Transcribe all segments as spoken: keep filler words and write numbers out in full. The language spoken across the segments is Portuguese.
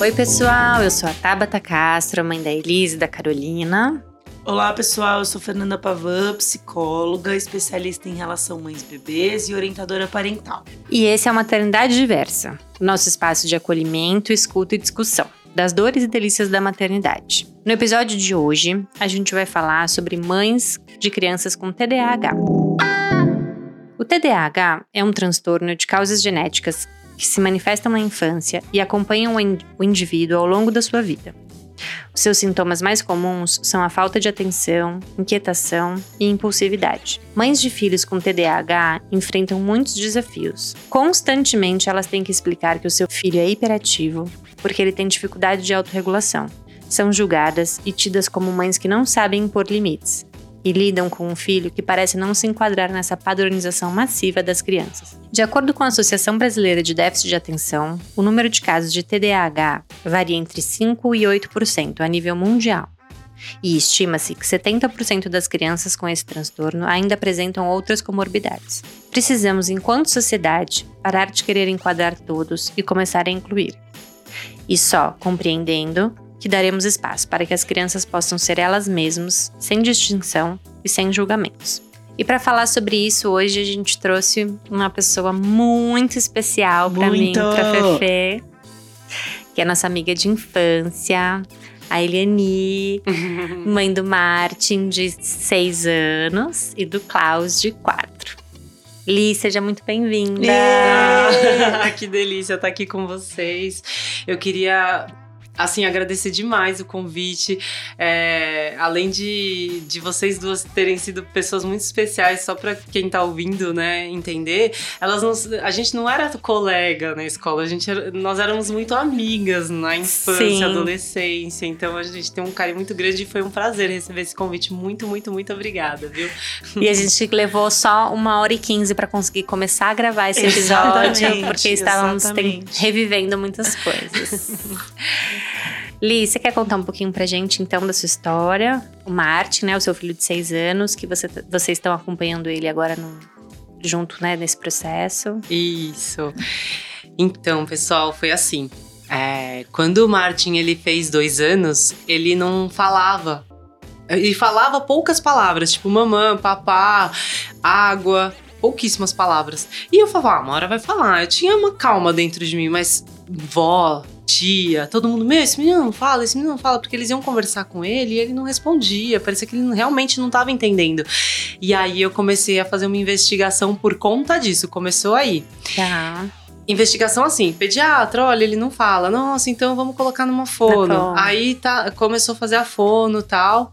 Oi pessoal, eu sou a Tabata Castro, mãe da Elise e da Carolina. Olá pessoal, eu sou Fernanda Pavan, psicóloga, especialista em relação mães-bebês e orientadora parental. E esse é a Maternidade Diversa, nosso espaço de acolhimento, escuta e discussão das dores e delícias da maternidade. No episódio de hoje, a gente vai falar sobre mães de crianças com T D A H. O T D A H é um transtorno de causas genéticas que se manifestam na infância e acompanham o indivíduo ao longo da sua vida. Os seus sintomas mais comuns são a falta de atenção, inquietação e impulsividade. Mães de filhos com T D A H enfrentam muitos desafios. Constantemente elas têm que explicar que o seu filho é hiperativo porque ele tem dificuldade de autorregulação. São julgadas e tidas como mães que não sabem impor limites e lidam com um filho que parece não se enquadrar nessa padronização massiva das crianças. De acordo com a Associação Brasileira de Déficit de Atenção, o número de casos de T D A H varia entre cinco e oito por cento a nível mundial. E estima-se que setenta por cento das crianças com esse transtorno ainda apresentam outras comorbidades. Precisamos, enquanto sociedade, parar de querer enquadrar todos e começar a incluir. E só compreendendo que daremos espaço para que as crianças possam ser elas mesmas, sem distinção e sem julgamentos. E para falar sobre isso, hoje a gente trouxe uma pessoa muito especial para mim, para Fefe, que é nossa amiga de infância, a Eliane, mãe do Martin, de seis anos, e do Klaus, de quatro. Li, seja muito bem-vinda! Que delícia estar aqui com vocês. Eu queria... Assim, agradecer demais o convite, é, além de, de vocês duas terem sido pessoas muito especiais, só para quem tá ouvindo, né, entender, elas não, a gente não era colega na escola, a gente era, nós éramos muito amigas na infância, Sim. adolescência, então a gente tem um carinho muito grande e foi um prazer receber esse convite, muito, muito, muito obrigada, viu? E a gente levou só uma hora e quinze para conseguir começar a gravar esse episódio, exatamente, porque estávamos tem, revivendo muitas coisas. Li, você quer contar um pouquinho pra gente, então, da sua história? O Martin, né, o seu filho de seis anos, que você, vocês estão acompanhando ele agora no, junto, né, nesse processo. Isso. Então, pessoal, foi assim. É, quando o Martin, ele fez dois anos, ele não falava. Ele falava poucas palavras, tipo mamã, papá, água, pouquíssimas palavras. E eu falava, ah, uma hora vai falar. Eu tinha uma calma dentro de mim, mas vó, tia, todo mundo, meu, esse menino não fala, esse menino não fala, porque eles iam conversar com ele e ele não respondia, parecia que ele realmente não estava entendendo. E aí eu comecei a fazer uma investigação por conta disso, começou aí. Tá. Investigação assim, pediatra, olha, ele não fala, nossa, então vamos colocar numa fono. Aí tá, começou a fazer a fono e tal.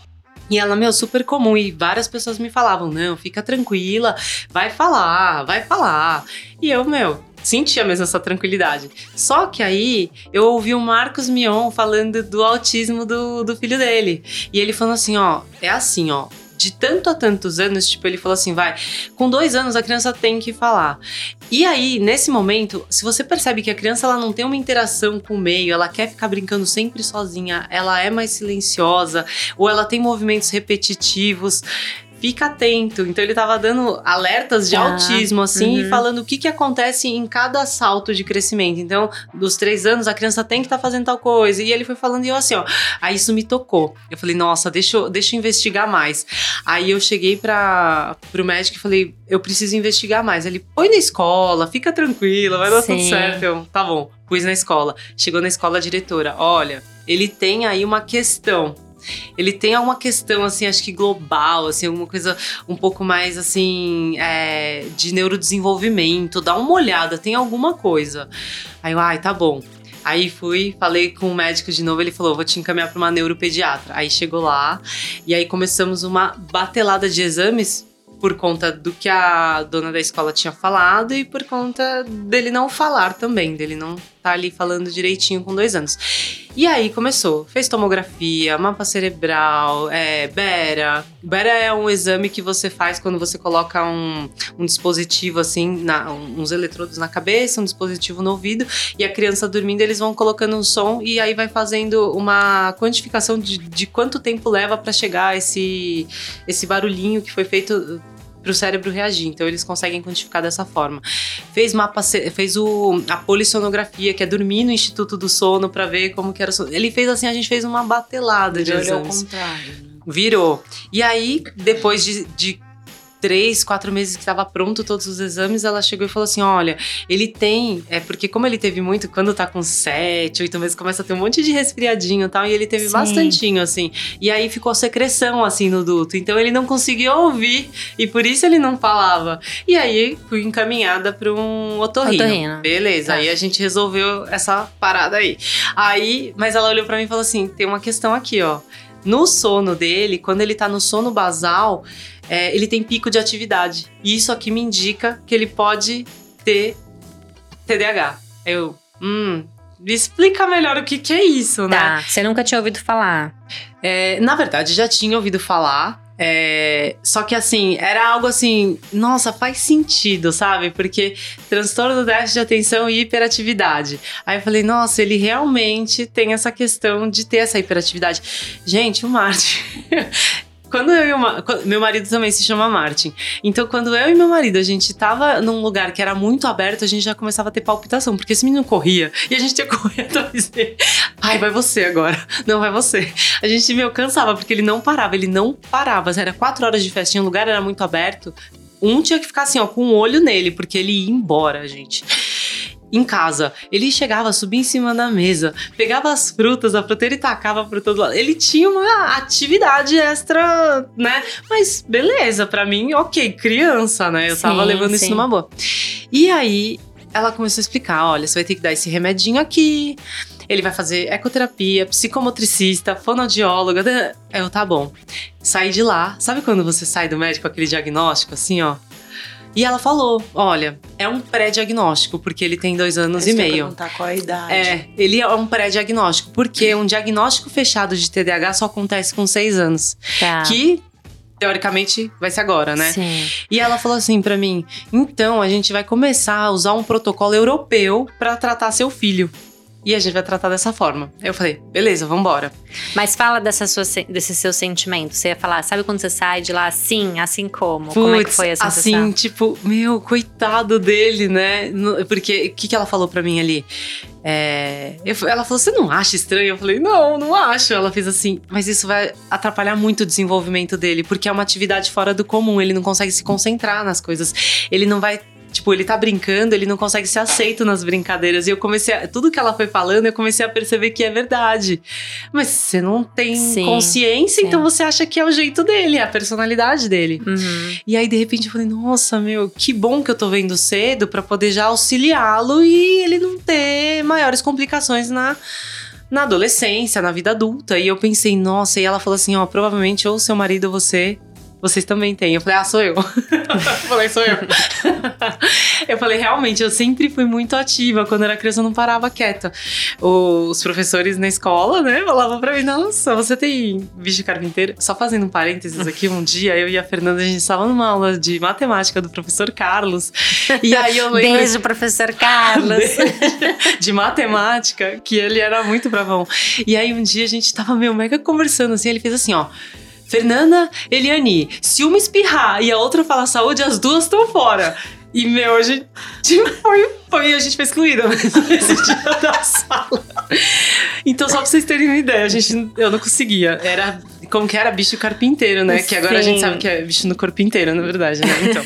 E ela, meu, super comum, e várias pessoas me falavam, não, fica tranquila, vai falar, vai falar. E eu, meu, sentia mesmo essa tranquilidade. Só que aí, eu ouvi o Marcos Mion falando do autismo do, do filho dele. E ele falou assim, ó, é assim, ó, de tanto a tantos anos, tipo, ele falou assim, vai, com dois anos a criança tem que falar. E aí, nesse momento, se você percebe que a criança ela não tem uma interação com o meio, ela quer ficar brincando sempre sozinha, ela é mais silenciosa, ou ela tem movimentos repetitivos, fica atento. Então ele tava dando alertas de ah, autismo, assim, uhum. e falando o que que acontece em cada salto de crescimento. Então, dos três anos, a criança tem que estar tá fazendo tal coisa. E ele foi falando, e eu assim, ó, aí isso me tocou. Eu falei, nossa, deixa eu, deixa eu investigar mais. Aí eu cheguei pra, pro médico e falei, eu preciso investigar mais. Ele, põe na escola, fica tranquila, vai dar Sim. tudo certo. Eu, tá bom, pus na escola. Chegou na escola a diretora, olha, ele tem aí uma questão. Ele tem alguma questão, assim, acho que global, assim, alguma coisa um pouco mais, assim, é, de neurodesenvolvimento. Dá uma olhada, tem alguma coisa. Aí eu, ai, tá bom. Aí fui, falei com o médico de novo, ele falou, vou te encaminhar para uma neuropediatra. Aí chegou lá, e aí começamos uma batelada de exames, por conta do que a dona da escola tinha falado e por conta dele não falar também, dele não tá ali falando direitinho com dois anos. E aí começou, fez tomografia, mapa cerebral, é, Bera. Bera é um exame que você faz quando você coloca um, um dispositivo assim, na, uns eletrodos na cabeça, um dispositivo no ouvido, e a criança dormindo, eles vão colocando um som e aí vai fazendo uma quantificação de, de quanto tempo leva para chegar esse, esse barulhinho que foi feito pro cérebro reagir. Então, eles conseguem quantificar dessa forma. Fez mapa, fez o, a polissonografia, que é dormir no Instituto do Sono pra ver como que era o sono. Ele fez assim, a gente fez uma batelada de exames. Virou ao contrário, né? Virou. E aí, depois de... de três, quatro meses que estava pronto todos os exames, ela chegou e falou assim, olha, ele tem, é porque como ele teve muito, quando tá com sete, oito meses, começa a ter um monte de resfriadinho e tal, e ele teve Sim. bastantinho, assim, e aí ficou secreção, assim, no duto, então ele não conseguia ouvir, e por isso ele não falava, e aí fui encaminhada para um otorrino. Otorrino. Beleza, tá. Aí a gente resolveu essa parada aí, aí, mas ela olhou pra mim e falou assim, tem uma questão aqui, ó, no sono dele, quando ele tá no sono basal, É, ele tem pico de atividade. E isso aqui me indica que ele pode ter T D A H. Eu, hum, me explica melhor o que, que é isso, né? Tá, você nunca tinha ouvido falar. É, na verdade, já tinha ouvido falar. É, só que assim, era algo assim, nossa, faz sentido, sabe? Porque transtorno do déficit de atenção e hiperatividade. Aí eu falei, nossa, ele realmente tem essa questão de ter essa hiperatividade. Gente, o Martin... Quando eu e o meu marido também se chama Martin. Então, quando eu e meu marido, a gente tava num lugar que era muito aberto, a gente já começava a ter palpitação. Porque esse menino corria e a gente ia correr atrás dele. Ai, vai você agora. Não, vai você. A gente, meu, cansava, porque ele não parava. Ele não parava. Era quatro horas de festinha, o lugar era muito aberto. Um tinha que ficar assim, ó, com um olho nele, porque ele ia embora, gente. Em casa, ele chegava, subia em cima da mesa, pegava as frutas, a fruteira e tacava por todo lado. Ele tinha uma atividade extra, né? Mas beleza, pra mim, ok, criança, né? Eu sim, tava levando sim. isso numa boa. E aí, ela começou a explicar, olha, você vai ter que dar esse remedinho aqui, ele vai fazer ecoterapia, psicomotricista, fonoaudióloga. Eu, tá bom. Saí de lá, sabe quando você sai do médico com aquele diagnóstico, assim, ó? E ela falou, olha, é um pré-diagnóstico, porque ele tem dois anos é e meio. Perguntar qual a idade. É, ele é um pré-diagnóstico, porque um diagnóstico fechado de T D A H só acontece com seis anos. Tá. Que, teoricamente, vai ser agora, né? Sim. E ela falou assim pra mim, então a gente vai começar a usar um protocolo europeu pra tratar seu filho. E a gente vai tratar dessa forma. Eu falei, beleza, vambora. Mas fala dessa sua, desse seu sentimento. Você ia falar, sabe quando você sai de lá assim, assim como? Puts, como é que foi a sensação? Assim, tipo, meu, coitado dele, né? Porque, o que, que ela falou pra mim ali? É, eu, ela falou, você não acha estranho? Eu falei, não, não acho. Ela fez assim, mas isso vai atrapalhar muito o desenvolvimento dele, porque é uma atividade fora do comum, ele não consegue se concentrar nas coisas. Ele não vai... Tipo, ele tá brincando, ele não consegue ser aceito nas brincadeiras. E eu comecei a... Tudo que ela foi falando, eu comecei a perceber que é verdade. Mas você não tem sim, consciência, sim. Então você acha que é o jeito dele, é a personalidade dele. Uhum. E aí, de repente, eu falei, nossa, meu, que bom que eu tô vendo cedo pra poder já auxiliá-lo e ele não ter maiores complicações na... na adolescência, na vida adulta. E eu pensei, nossa, e ela falou assim, ó, provavelmente ou seu marido ou você... Vocês também têm. Eu falei, ah, sou eu. Eu falei, sou eu. Eu falei, realmente, eu sempre fui muito ativa. Quando era criança, eu não parava quieta. Os professores na escola, né, falavam pra mim, nossa, você tem bicho carpinteiro? Só fazendo um parênteses aqui, um dia, eu e a Fernanda, a gente estava numa aula de matemática do professor Carlos. E aí eu lembro... Beijo, professor Carlos. De matemática, que ele era muito bravão. E aí um dia a gente tava meio mega conversando, assim, ele fez assim, ó... Fernanda, Eliane, se uma espirrar e a outra falar saúde, as duas estão fora. E, meu, a gente foi, foi a gente foi excluída nesse dia da sala. Então, só pra vocês terem uma ideia, a gente, eu não conseguia. Era, como que era? Bicho carpinteiro, né? Sim. Que agora a gente sabe que é bicho no corpo inteiro, na verdade, né? Então.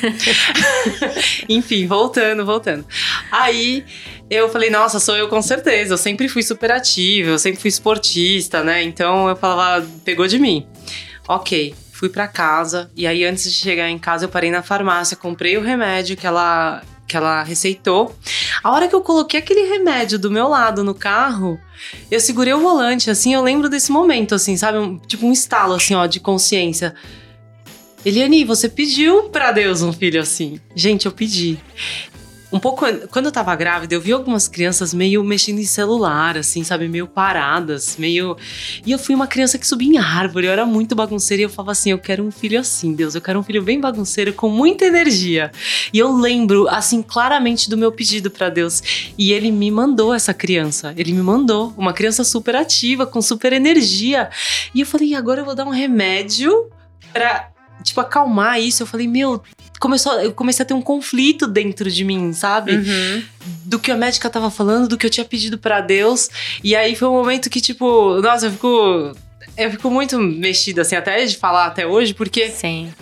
Enfim, voltando, voltando. Aí... Eu falei, nossa, sou eu com certeza. Eu sempre fui super ativa, eu sempre fui esportista, né? Então, eu falava, pegou de mim. Ok, fui pra casa. E aí, antes de chegar em casa, eu parei na farmácia. Comprei o remédio que ela, que ela receitou. A hora que eu coloquei aquele remédio do meu lado no carro, eu segurei o volante, assim. Eu lembro desse momento, assim, sabe? Um, tipo um estalo, assim, ó, de consciência. Eliane, você pediu pra Deus um filho assim. Gente, eu pedi. Um pouco, quando eu tava grávida, eu vi algumas crianças meio mexendo em celular, assim, sabe? Meio paradas, meio... E eu fui uma criança que subia em árvore, eu era muito bagunceira e eu falava assim, eu quero um filho assim, Deus, eu quero um filho bem bagunceiro, com muita energia. E eu lembro, assim, claramente do meu pedido pra Deus. E ele me mandou essa criança, ele me mandou, uma criança super ativa, com super energia. E eu falei, agora eu vou dar um remédio pra... tipo, acalmar isso. Eu falei, meu, começou, eu comecei a ter um conflito dentro de mim, sabe? Uhum. Do que a médica tava falando, do que eu tinha pedido pra Deus. E aí foi um momento que, tipo, nossa, eu fico, eu fico muito mexida, assim, até de falar até hoje, porque... Sim.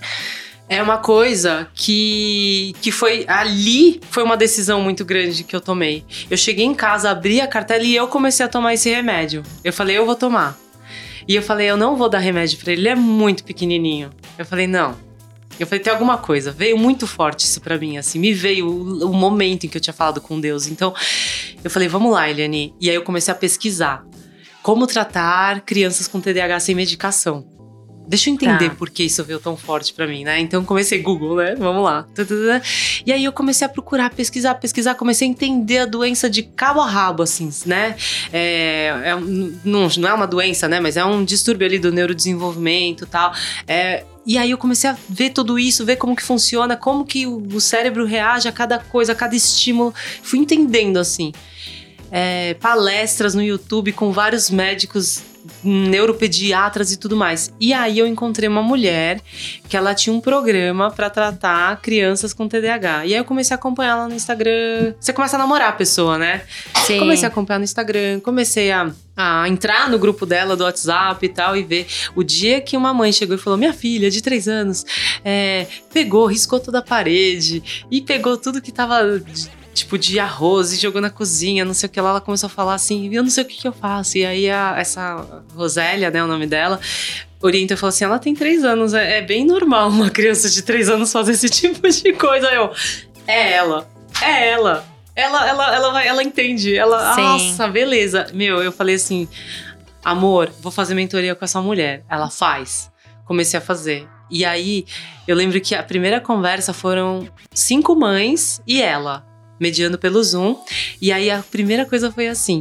É uma coisa que, que foi... Ali foi uma decisão muito grande que eu tomei. Eu cheguei em casa, abri a cartela e eu comecei a tomar esse remédio. Eu falei, eu vou tomar. E eu falei, eu não vou dar remédio pra ele, ele é muito pequenininho. Eu falei, não. Eu falei, tem alguma coisa. Veio muito forte isso pra mim, assim. Me veio o, o momento em que eu tinha falado com Deus. Então, eu falei, vamos lá, Eliane. E aí eu comecei a pesquisar. Como tratar crianças com T D A H sem medicação. Deixa eu entender tá. por que isso veio tão forte pra mim, né? Então comecei Google, né? Vamos lá. E aí eu comecei a procurar, pesquisar, pesquisar. Comecei a entender a doença de cabo a rabo, assim, né? É, é, não, não é uma doença, né? Mas é um distúrbio ali do neurodesenvolvimento e tal. É, e aí eu comecei a ver tudo isso, ver como que funciona, como que o, o cérebro reage a cada coisa, a cada estímulo. Fui entendendo, assim. É, palestras no YouTube com vários médicos, neuropediatras e tudo mais. E aí eu encontrei uma mulher que ela tinha um programa pra tratar crianças com T D A H. E aí eu comecei a acompanhar ela no Instagram. Você começa a namorar a pessoa, né? Sim. Comecei a acompanhar no Instagram, comecei a, a entrar no grupo dela do WhatsApp e tal, e ver. O dia que uma mãe chegou e falou, minha filha de três anos é, pegou, riscou toda a parede e pegou tudo que tava... tipo, de arroz, e jogou na cozinha, não sei o que lá, ela começou a falar assim, eu não sei o que, que eu faço. E aí, a, essa Rosélia, né, o nome dela, orienta e falou assim, ela tem três anos, é, é bem normal uma criança de três anos fazer esse tipo de coisa. Eu, é ela, é ela, ela, ela, ela, vai, ela entende, ela, Sim. Nossa, beleza. Meu, eu falei assim, amor, vou fazer mentoria com essa mulher. Ela faz. Comecei a fazer. E aí, eu lembro que a primeira conversa foram cinco mães e ela, mediando pelo Zoom. E aí a primeira coisa foi assim,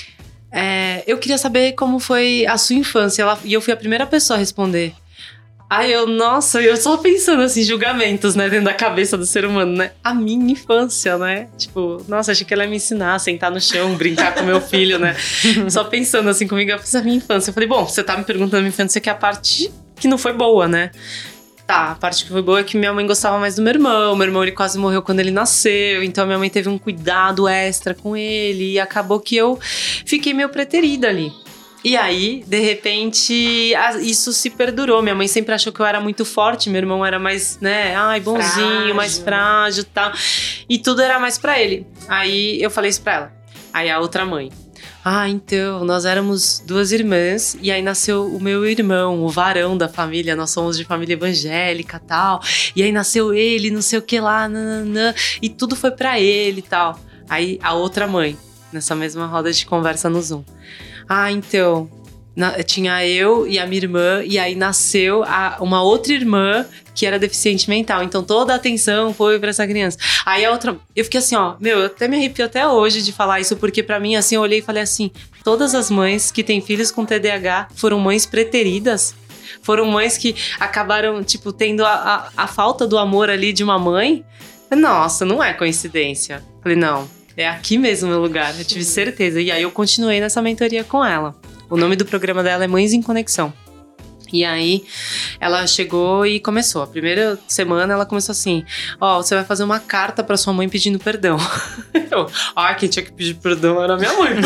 é, eu queria saber como foi a sua infância. Ela, e eu fui a primeira pessoa a responder. Aí eu, nossa, eu só pensando assim, julgamentos, né, dentro da cabeça do ser humano, né? A minha infância, né? Tipo, nossa, achei que ela ia me ensinar a sentar no chão, brincar com meu filho, né? Só pensando assim comigo, eu fiz a minha infância. Eu falei, bom, você tá me perguntando a minha infância, que é a parte que não foi boa, né? Tá, a parte que foi boa é que minha mãe gostava mais do meu irmão. Meu irmão, ele quase morreu quando ele nasceu. Então, minha mãe teve um cuidado extra com ele. E acabou que eu fiquei meio preterida ali. E aí, de repente, isso se perdurou. Minha mãe sempre achou que eu era muito forte. Meu irmão era mais, né, ai, bonzinho, frágil. mais frágil e tal. E tudo era mais pra ele. Aí, eu falei isso pra ela. Aí, a outra mãe. Ah, então, nós éramos duas irmãs e aí nasceu o meu irmão, o varão da família, nós somos de família evangélica e tal, e aí nasceu ele, não sei o que lá, nananã, e tudo foi pra ele e tal. Aí a outra mãe, nessa mesma roda de conversa no Zoom. Ah, então, na, tinha eu e a minha irmã, e aí nasceu a, uma outra irmã que era deficiente mental, então toda a atenção foi pra essa criança. Aí a outra, eu fiquei assim, ó, meu, eu até me arrepio até hoje de falar isso, porque pra mim, assim, eu olhei e falei assim, todas as mães que têm filhos com T D A H foram mães preteridas, foram mães que acabaram, tipo, tendo a, a, a falta do amor ali de uma mãe. Nossa, não é coincidência. Falei, não, é aqui mesmo o meu lugar, eu tive certeza. E aí eu continuei nessa mentoria com ela. O nome do programa dela é Mães em Conexão. E aí, ela chegou e começou. A primeira semana, ela começou assim, ó, oh, você vai fazer uma carta pra sua mãe pedindo perdão. Eu, ah, quem tinha que pedir perdão era minha mãe. Pra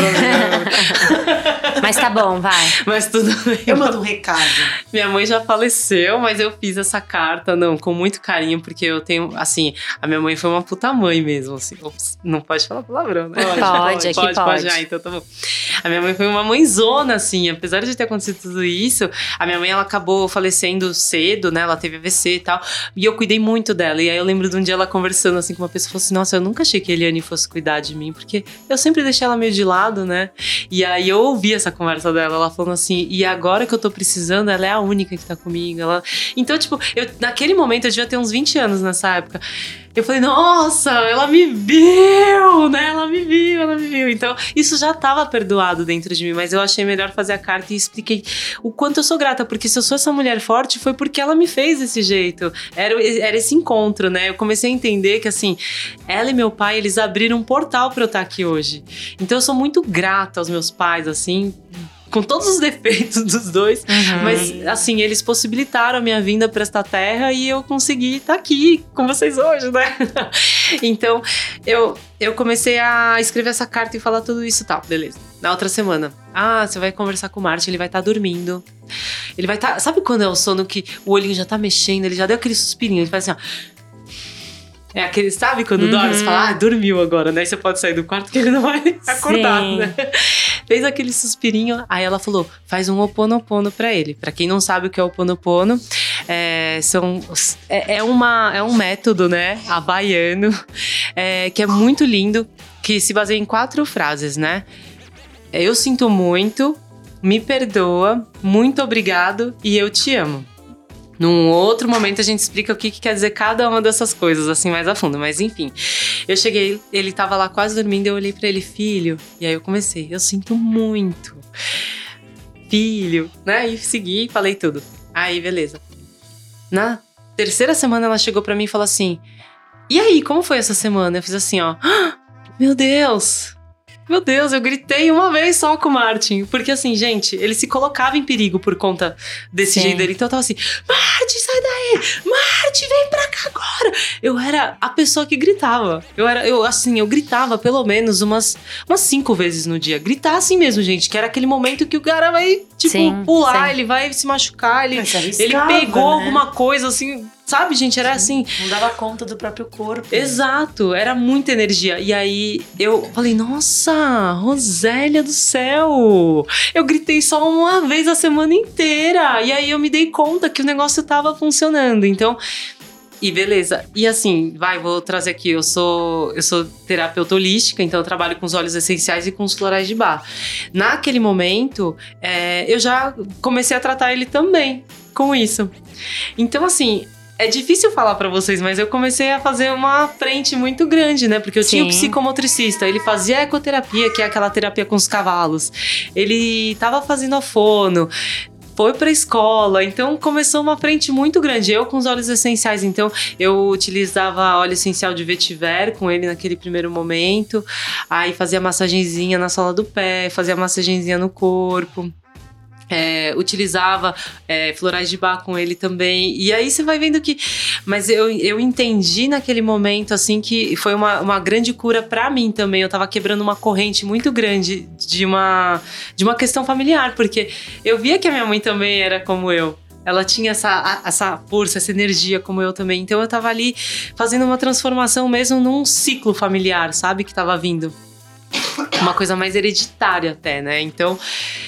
mim. Mas tá bom, vai. Mas tudo bem. Eu mando um recado. Minha mãe já faleceu, mas eu fiz essa carta, não, com muito carinho, porque eu tenho, assim, a minha mãe foi uma puta mãe mesmo, assim. Ops, não pode falar palavrão, né? Pode, pode, aqui pode. Pode, pode. Ah, então tá bom. A minha mãe foi uma mãezona, assim, apesar de ter acontecido tudo isso, a minha mãe, ela acabou falecendo cedo, né? Ela teve A V C e tal. E eu cuidei muito dela. E aí eu lembro de um dia ela conversando assim com uma pessoa, falou assim, nossa, eu nunca achei que a Eliane fosse cuidar de mim, porque eu sempre deixei ela meio de lado, né? E aí eu ouvi essa conversa dela, ela falando assim, e agora que eu tô precisando, ela é a única que tá comigo. Ela... Então, tipo, eu, naquele momento eu devia ter uns vinte anos nessa época. Eu falei, nossa, ela me viu, né? Ela me viu, ela me viu. Então, isso já tava perdoado dentro de mim, mas eu achei melhor fazer a carta e expliquei o quanto eu sou grata, porque se eu sou essa mulher forte, foi porque ela me fez desse jeito. Era, era esse encontro, né? Eu comecei a entender que, assim, ela e meu pai, eles abriram um portal pra eu estar aqui hoje. Então, eu sou muito grata aos meus pais, assim, com todos os defeitos dos dois, uhum. mas assim, eles possibilitaram a minha vinda para esta terra e eu consegui estar aqui com vocês hoje, né? Então, eu, eu comecei a escrever essa carta e falar tudo isso e tal, beleza. Na outra semana, ah, você vai conversar com o Martin, ele vai estar dormindo. Ele vai estar, sabe quando é o sono que o olhinho já tá mexendo, ele já deu aquele suspirinho, ele faz assim, ó. É aquele, sabe quando uhum. dorme, você fala, ah, dormiu agora, né? Aí você pode sair do quarto que ele não vai acordar, Sim. né? Fez aquele suspirinho, aí ela falou, faz um Ho'oponopono pra ele. Pra quem não sabe o que é o Ho'oponopono, é, são, é, é, uma, é um método, né, havaiano, é, que é muito lindo, que se baseia em quatro frases, né? Eu sinto muito, me perdoa, muito obrigado e eu te amo. Num outro momento a gente explica o que, que quer dizer cada uma dessas coisas, assim, mais a fundo. Mas enfim, eu cheguei, ele tava lá quase dormindo, eu olhei pra ele, filho. E aí eu comecei, eu sinto muito. Filho, né? E segui, falei tudo. Aí, beleza. Na terceira semana ela chegou pra mim e falou assim, e aí, como foi essa semana? Eu fiz assim, ó, ah, meu Deus... Meu Deus, eu gritei uma vez só com o Martin. Porque assim, gente, ele se colocava em perigo por conta desse Sim. jeito dele. Então eu tava assim, Martin, sai daí! Martin, vem pra cá agora! Eu era a pessoa que gritava. Eu era, eu assim, eu gritava pelo menos umas, umas cinco vezes no dia. Gritar assim mesmo, gente. Que era aquele momento que o cara vai, tipo, sim, pular, sim. ele vai se machucar. Ele, ele pegou né? alguma coisa, assim... Sabe, gente? Era assim... Não dava conta do próprio corpo. Exato. Era muita energia. E aí, eu falei, nossa, Rosélia do céu! Eu gritei só uma vez a semana inteira. E aí, eu me dei conta que o negócio tava funcionando. Então... E beleza. E assim, vai, vou trazer aqui. Eu sou, eu sou terapeuta holística, então eu trabalho com os óleos essenciais e com os florais de Bach. Naquele momento, é, eu já comecei a tratar ele também com isso. Então, assim... É difícil falar pra vocês, mas eu comecei a fazer uma frente muito grande, né? Porque eu Sim. tinha um psicomotricista, ele fazia ecoterapia, que é aquela terapia com os cavalos. Ele tava fazendo a fono, foi pra escola, então começou uma frente muito grande. Eu com os óleos essenciais, então eu utilizava óleo essencial de vetiver com ele naquele primeiro momento. Aí fazia massagenzinha na sola do pé, fazia massagenzinha no corpo. É, utilizava é, florais de Bach com ele também. E aí você vai vendo que... Mas eu, eu entendi naquele momento, assim, que foi uma, uma grande cura pra mim também. Eu tava quebrando uma corrente muito grande de uma, de uma questão familiar. Porque eu via que a minha mãe também era como eu. Ela tinha essa, essa força, essa energia como eu também. Então eu tava ali fazendo uma transformação mesmo num ciclo familiar, sabe? Que tava vindo. Uma coisa mais hereditária até, né? Então...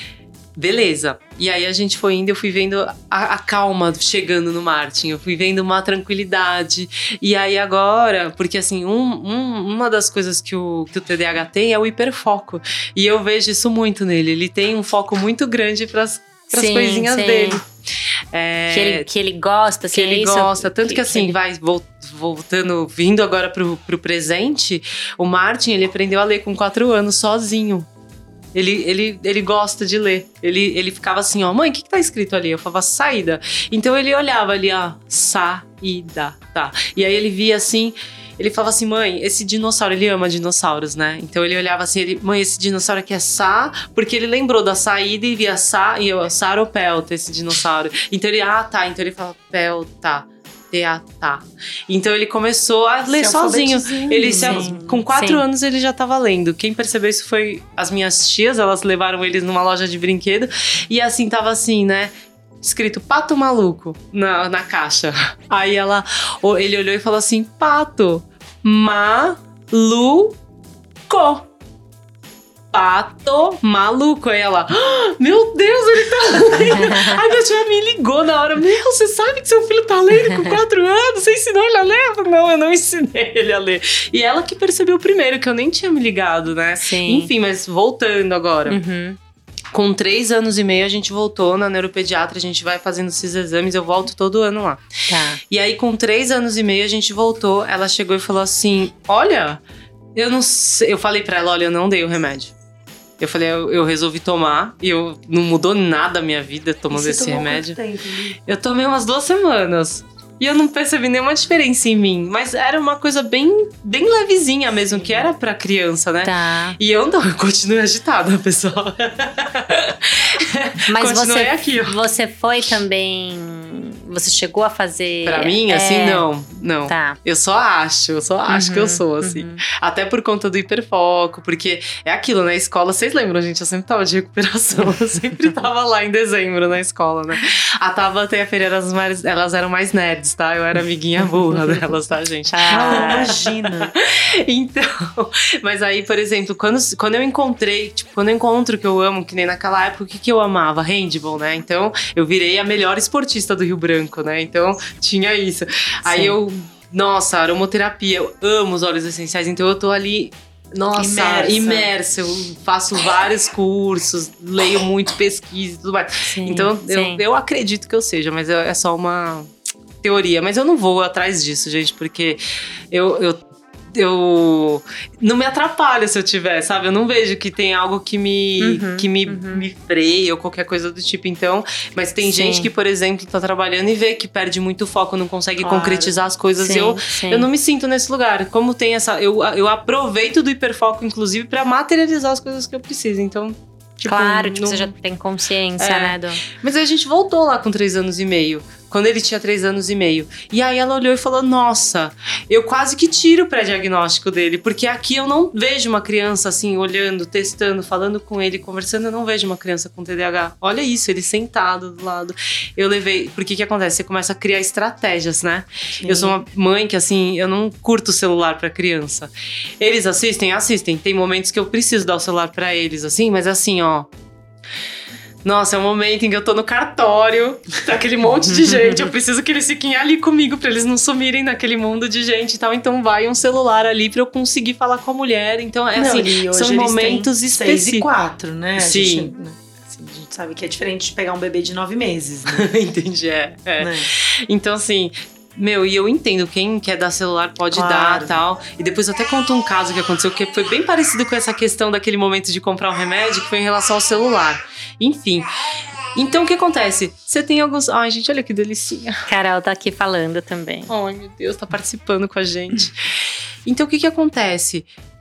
Beleza. E aí a gente foi indo, eu fui vendo a, a calma chegando no Martin, eu fui vendo uma tranquilidade. E aí agora, porque assim, um, um, uma das coisas que o, que o T D A H tem é o hiperfoco. E eu vejo isso muito nele. Ele tem um foco muito grande para as coisinhas sim. dele. É, que, ele, que ele gosta, que assim, ele é isso? gosta. Tanto que, que assim, que ele... vai voltando, vindo agora pro, pro presente, o Martin, ele aprendeu a ler com quatro anos sozinho. Ele, ele, ele gosta de ler. Ele, ele ficava assim, ó, mãe, o que, que tá escrito ali? Eu falava, saída. Então ele olhava ali, ó, saída, tá. E aí ele via assim, ele falava assim, mãe, esse dinossauro, ele ama dinossauros, né? Então ele olhava assim, ele, mãe, esse dinossauro aqui é Sa, porque ele lembrou da saída e via Sa, e eu, Saropelta, esse dinossauro. Então ele, ah, tá. Então ele falava, Pelta. Tá. Então ele começou a ler sozinho. Ele se, com quatro sim. anos ele já estava lendo. Quem percebeu isso foi as minhas tias. Elas levaram eles numa loja de brinquedo. E assim, tava assim, né? Escrito Pato Maluco na, na caixa. Aí ela, ele olhou e falou assim, Pato Maluco. Pato maluco. Aí ela, ah, meu Deus, ele tá lendo. Aí minha tia me ligou na hora. Meu, você sabe que seu filho tá lendo com quatro anos? Você ensinou ele a ler? Não, eu não ensinei ele a ler. E ela que percebeu primeiro, que eu nem tinha me ligado, né? Sim. Enfim, mas voltando agora. Uhum. Com três anos e meio a gente voltou na neuropediatra, a gente vai fazendo esses exames, eu volto todo ano lá. Tá. E aí com três anos e meio a gente voltou, ela chegou e falou assim, olha, eu não sei, eu falei pra ela, olha, eu não dei o remédio. Eu falei, eu, eu resolvi tomar e eu, não mudou nada a minha vida tomando esse remédio. Quanto tempo, né? Eu tomei umas duas semanas. E eu não percebi nenhuma diferença em mim. Mas era uma coisa bem, bem levezinha mesmo, que era pra criança, né? Tá. E eu não, eu continuei agitada, pessoal. Mas Continuei você, aqui, ó. você foi também... Você chegou a fazer... Pra mim, é... assim, não. Não. Tá. Eu só acho, eu só acho Uhum, que eu sou, assim. uhum. Até por conta do hiperfoco, porque é aquilo, na escola, vocês lembram, gente? Eu sempre tava de recuperação, eu sempre tava lá em dezembro na escola, né? A Tabata e a Ferreira, elas, mais, elas eram mais nerds, tá? Eu era amiguinha burra delas, tá, gente? Ah, imagina. Então, mas aí, por exemplo, quando, quando eu encontrei, tipo, quando eu encontro o que eu amo, que nem naquela época, o que, que eu amava? Handball, né? Então, eu virei a melhor esportista do Rio Branco, né? Então, tinha isso. Aí eu, nossa, aromoterapia, eu amo os óleos essenciais, então eu tô ali, nossa, Imersa. imersa. Eu faço vários cursos, leio muito, pesquiso e tudo mais. Sim, Então, eu, sim. eu acredito que eu seja, mas é só uma teoria. Mas eu não vou atrás disso, gente, porque eu... eu eu não me atrapalha se eu tiver, sabe? Eu não vejo que tem algo que me, Uhum, que me, uhum. me freia ou qualquer coisa do tipo. Então, mas tem Sim. gente que, por exemplo, tá trabalhando e vê que perde muito foco, não consegue Claro. concretizar as coisas. Sim, E eu, sim. eu não me sinto nesse lugar. Como tem essa... Eu, eu aproveito do hiperfoco, inclusive, pra materializar as coisas que eu preciso. Então... Tipo, Claro, tipo, não- você já tem consciência, É. né? Do... Mas aí a gente voltou lá com três anos e meio. Quando ele tinha três anos e meio. E aí ela olhou e falou, nossa, eu quase que tiro o pré-diagnóstico dele. Porque aqui eu não vejo uma criança assim, olhando, testando, falando com ele, conversando. Eu não vejo uma criança com T D A H. Olha isso, ele sentado do lado. Eu levei... Porque que acontece? Você começa a criar estratégias, né? Sim. Eu sou uma mãe que, assim, eu não curto o celular pra criança. Eles assistem? Assistem. Tem momentos que eu preciso dar o celular pra eles, assim. Mas assim, ó... Nossa, é um momento em que eu tô no cartório, tá aquele monte de gente, eu preciso que eles fiquem ali comigo pra eles não sumirem naquele mundo de gente e tal. Então vai um celular ali pra eu conseguir falar com a mulher. Então é Não, assim, e hoje são eles momentos têm seis e específicos. quatro, né? A Sim. gente, né? Assim, a gente sabe que é diferente de pegar um bebê de nove meses, né? Entendi, é. é. Né? Então assim... Meu, e eu entendo, quem quer dar celular pode Claro. dar e tal. E depois eu até conto um caso que aconteceu, que foi bem parecido com essa questão daquele momento de comprar um remédio, que foi em relação ao celular. Enfim. Então, o que acontece? Você tem alguns... Ai, gente, olha que delicinha. Carol tá aqui falando também. Ai, meu Deus, tá participando com a gente. Então, o que que acontece?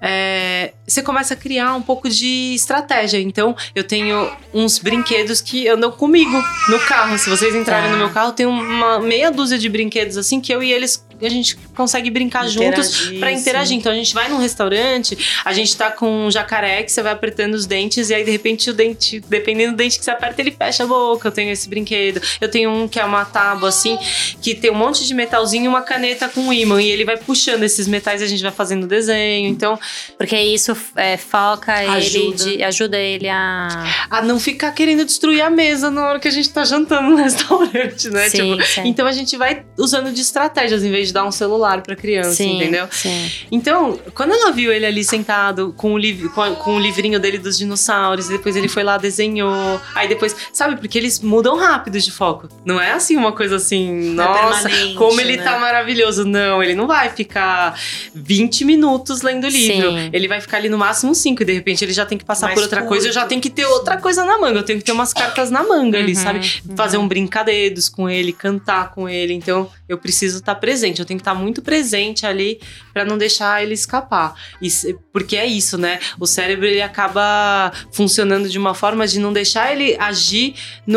É, você começa a criar um pouco de estratégia. Então, eu tenho uns brinquedos que andam comigo no carro. Se vocês entrarem Tá. no meu carro, tem uma meia dúzia de brinquedos assim que eu e eles, a gente consegue brincar juntos Interagir, pra interagir. sim. Então, a gente vai num restaurante, a gente tá com um jacaré que você vai apertando os dentes e aí, de repente, o dente, dependendo do dente que você aperta, ele fecha a boca. Eu tenho esse brinquedo. Eu tenho um que é uma tábua assim, que tem um monte de metalzinho e uma caneta com ímã. E ele vai puxando esses metais e a gente vai fazendo desenho. Então, Porque isso é, foca Ajuda. ele, de, ajuda ele a... a não ficar querendo destruir a mesa na hora que a gente tá jantando no restaurante, né? Sim, Tipo, sim. então a gente vai usando de estratégias em vez de dar um celular pra criança, Sim, entendeu? sim. Então, quando ela viu ele ali sentado com o, liv com, a- com o livrinho dele dos dinossauros, e depois ele foi lá, desenhou. Aí depois, sabe, porque eles mudam rápido de foco. Não é assim uma coisa assim, Não é nossa, permanente, como ele né? tá maravilhoso. Não, ele não vai ficar vinte minutos lendo o livro. Sim. Ele vai ficar ali no máximo cinco, e de repente ele já tem que passar Mais por outra coisa, eu já curto. tenho que ter outra coisa na manga. Eu tenho que ter umas cartas na manga ali, Uhum, sabe? uhum. Fazer um brincadedos com ele, cantar com ele. Então, eu preciso estar presente. Eu tenho que estar muito presente ali pra não deixar ele escapar. E se- porque é isso, né? O cérebro, ele acaba funcionando de uma forma de não deixar ele agir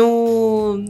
no...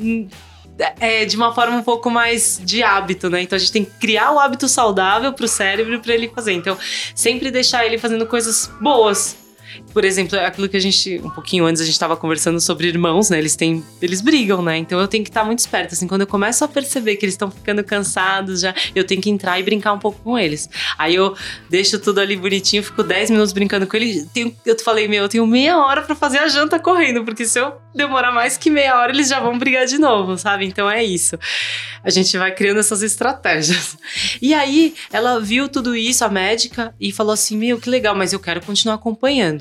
É, de uma forma um pouco mais de hábito, né? Então a gente tem que criar o hábito saudável pro cérebro pra ele fazer. Então, sempre deixar ele fazendo coisas boas. Por exemplo, aquilo que a gente, um pouquinho antes, a gente tava conversando sobre irmãos, né? Eles têm, eles brigam, né? Então eu tenho que estar muito esperta, assim, quando eu começo a perceber que eles estão ficando cansados já, eu tenho que entrar e brincar um pouco com eles. Aí eu deixo tudo ali bonitinho, fico dez minutos brincando com eles. Tenho, eu falei, meu, eu tenho meia hora pra fazer a janta correndo, porque se eu demorar mais que meia hora, eles já vão brigar de novo, sabe? Então é isso. A gente vai criando essas estratégias. E aí, ela viu tudo isso, a médica, e falou assim, meu, que legal, mas eu quero continuar acompanhando.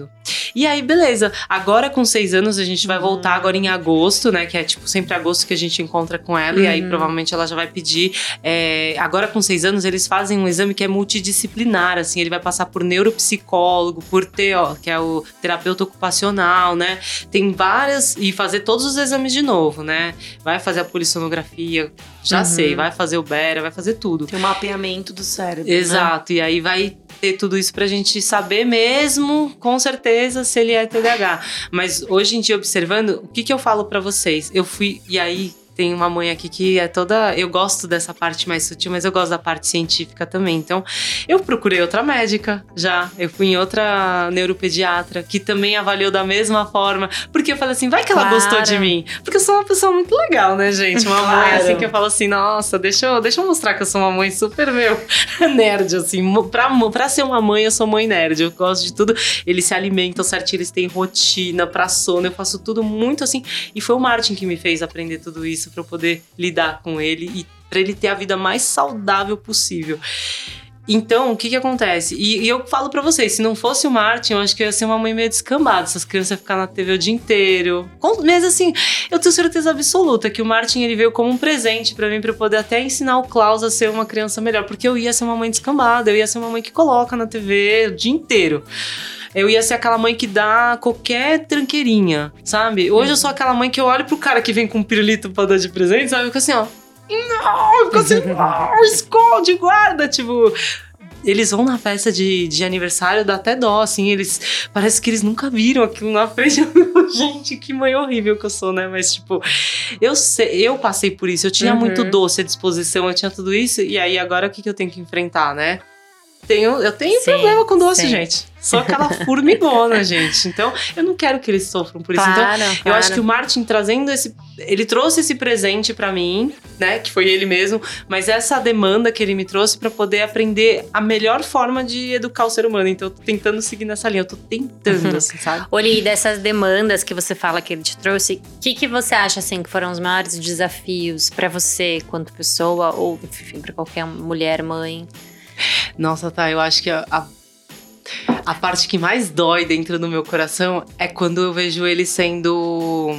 E aí, beleza. Agora com seis anos, a gente vai uhum. voltar agora em agosto, né? Que é tipo sempre agosto que a gente encontra com ela. Uhum. E aí, provavelmente, ela já vai pedir. É, agora com seis anos, eles fazem um exame que é multidisciplinar, assim. Ele vai passar por neuropsicólogo, por T O, que é o terapeuta ocupacional, né? Tem várias... E fazer todos os exames de novo, né? Vai fazer a polissonografia, já uhum. sei. Vai fazer o Bera, vai fazer tudo. Tem um mapeamento do cérebro, Exato. Né? E aí vai ter tudo isso pra gente saber mesmo, com certeza, se ele é T D A H. Mas hoje em dia, observando, o que que eu falo pra vocês? Eu fui... E aí... Tem uma mãe aqui que é toda... Eu gosto dessa parte mais sutil, mas eu gosto da parte científica também. Então, eu procurei outra médica já. Eu fui em outra neuropediatra, que também avaliou da mesma forma. Porque eu falei assim, vai que ela claro. gostou de mim. Porque eu sou uma pessoa muito legal, né, gente? Uma claro. mãe assim que eu falo assim, nossa, deixa eu, deixa eu mostrar que eu sou uma mãe super, meu, nerd, assim. Pra, pra ser uma mãe, eu sou mãe nerd. Eu gosto de tudo. Eles se alimentam certinho, eles têm rotina pra sono. Eu faço tudo muito assim. E foi o Martin que me fez aprender tudo isso, para eu poder lidar com ele e para ele ter a vida mais saudável possível. Então, o que que acontece? E, e eu falo pra vocês, se não fosse o Martin, eu acho que eu ia ser uma mãe meio descambada. Essas crianças iam ficar na T V o dia inteiro. Mas assim, eu tenho certeza absoluta que o Martin, ele veio como um presente pra mim, pra eu poder até ensinar o Klaus a ser uma criança melhor. Porque eu ia ser uma mãe descambada, eu ia ser uma mãe que coloca na T V o dia inteiro. Eu ia ser aquela mãe que dá qualquer tranqueirinha, sabe? Hoje eu sou aquela mãe que eu olho pro cara que vem com um pirulito pra dar de presente, sabe? Eu fico assim, ó. Não! Eu fico assim, não! Esconde, guarda! Tipo... Eles vão na festa de, de aniversário, dá até dó, assim, eles... Parece que eles nunca viram aquilo na frente. Gente, que mãe horrível que eu sou, né? Mas, tipo, eu sei, eu passei por isso. Eu tinha uhum. muito doce à disposição, eu tinha tudo isso. E aí, agora, o que, que eu tenho que enfrentar, né? Tenho, eu tenho sim, problema com doce, sim. gente. Só aquela formigona, gente. Então, eu não quero que eles sofram por isso. Claro, então, claro. Eu acho que o Martin trazendo esse... Ele trouxe esse presente pra mim, né? Que foi ele mesmo. Mas essa demanda que ele me trouxe pra poder aprender a melhor forma de educar o ser humano. Então, eu tô tentando seguir nessa linha. Eu tô tentando, assim, sabe? Oli, dessas demandas que você fala que ele te trouxe, o que, que você acha, assim, que foram os maiores desafios pra você, quanto pessoa, ou, enfim, pra qualquer mulher, mãe? Nossa, tá, eu acho que a, a, a parte que mais dói dentro do meu coração é quando eu vejo ele sendo...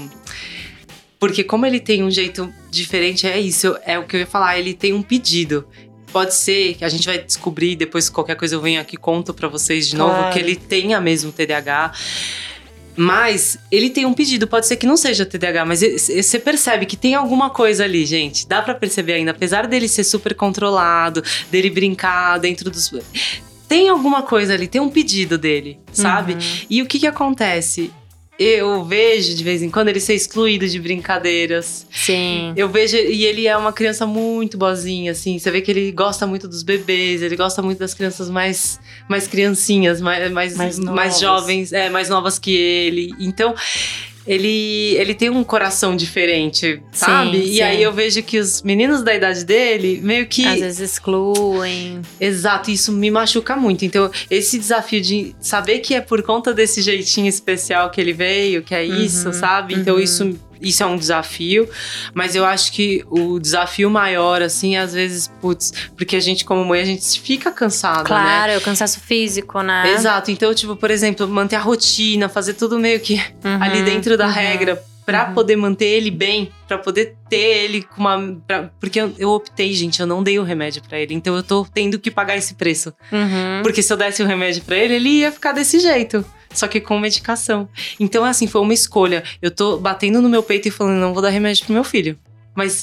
Porque como ele tem um jeito diferente, é isso, é o que eu ia falar, ele tem um pedido. Pode ser que a gente vai descobrir, depois qualquer coisa eu venho aqui e conto pra vocês de novo, claro. Que ele tenha mesmo T D A H. Mas ele tem um pedido, pode ser que não seja T D A H, mas você percebe que tem alguma coisa ali, gente. Dá pra perceber ainda, apesar dele ser super controlado, dele brincar dentro dos... Tem alguma coisa ali, tem um pedido dele, sabe? Uhum. E o que que acontece? Eu vejo, de vez em quando, ele ser excluído de brincadeiras. Sim. Eu vejo, e ele é uma criança muito boazinha, assim. Você vê que ele gosta muito dos bebês, ele gosta muito das crianças mais, mais criancinhas, mais, mais, mais, mais jovens, é, mais novas que ele. Então... Ele, ele tem um coração diferente, sabe? Sim, e sim. Aí eu vejo que os meninos da idade dele meio que... Às vezes excluem. Exato, isso me machuca muito. Então, esse desafio de saber que é por conta desse jeitinho especial que ele veio, que é isso, uhum, sabe? Então, uhum. isso... Isso é um desafio, mas eu acho que o desafio maior, assim, às vezes, putz, porque a gente, como mãe, a gente fica cansada, claro, né? Claro, é o cansaço físico, né? Exato, então, tipo, por exemplo, manter a rotina, fazer tudo meio que uhum, ali dentro da uhum, regra, pra uhum. poder manter ele bem, pra poder ter ele com uma... Pra, porque eu, eu optei, gente, eu não dei o remédio pra ele, então eu tô tendo que pagar esse preço. Uhum. Porque se eu desse o remédio pra ele, ele ia ficar desse jeito. Só que com medicação. Então, assim, foi uma escolha. Eu tô batendo no meu peito e falando, não vou dar remédio pro meu filho. Mas,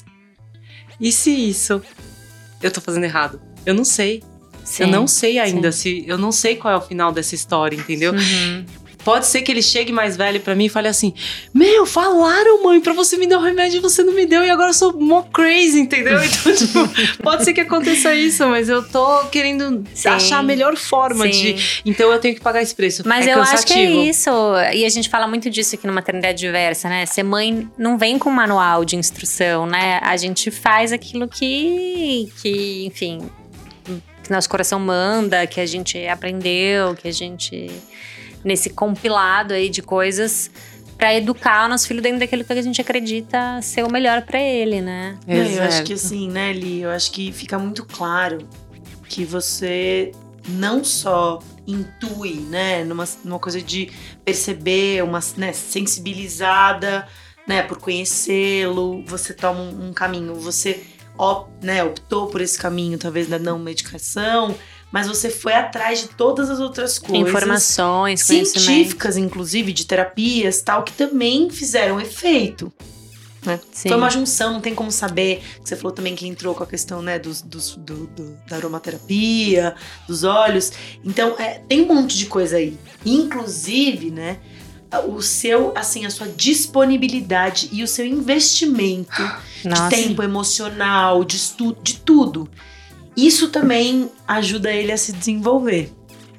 e se isso eu tô fazendo errado? Eu não sei. Sim, eu não sei ainda. se Eu não sei qual é o final dessa história, entendeu? Uhum. Pode ser que ele chegue mais velho pra mim e fale assim, meu, falaram, mãe, pra você me dar o remédio e você não me deu e agora eu sou mó crazy, entendeu? Então, tipo, pode ser que aconteça isso, mas eu tô querendo sim, achar a melhor forma sim. de... Então eu tenho que pagar esse preço. Mas é eu cansativo. acho que é isso. E a gente fala muito disso aqui no Maternidade Diversa, né? Ser mãe não vem com manual de instrução, né? A gente faz aquilo que, que enfim, que nosso coração manda, que a gente aprendeu, que a gente... nesse compilado aí de coisas pra educar o nosso filho dentro daquilo que a gente acredita ser o melhor pra ele, né? É, eu acho que assim, né, Li? Eu acho que fica muito claro que você não só intui, né, numa, numa coisa de perceber, uma, né, sensibilizada, né, por conhecê-lo, você toma um, um caminho, você op, né, optou por esse caminho, talvez da não medicação, mas você foi atrás de todas as outras coisas. Informações, científicas, inclusive, de terapias, tal, que também fizeram efeito. Né? Foi uma junção, não tem como saber. Você falou também que entrou com a questão, né, dos, dos, do, do, da aromaterapia, dos óleos. Então, é, tem um monte de coisa aí. Inclusive, né, o seu, assim, a sua disponibilidade e o seu investimento Nossa. de tempo emocional, de estudo, de tudo. Isso também ajuda ele a se desenvolver.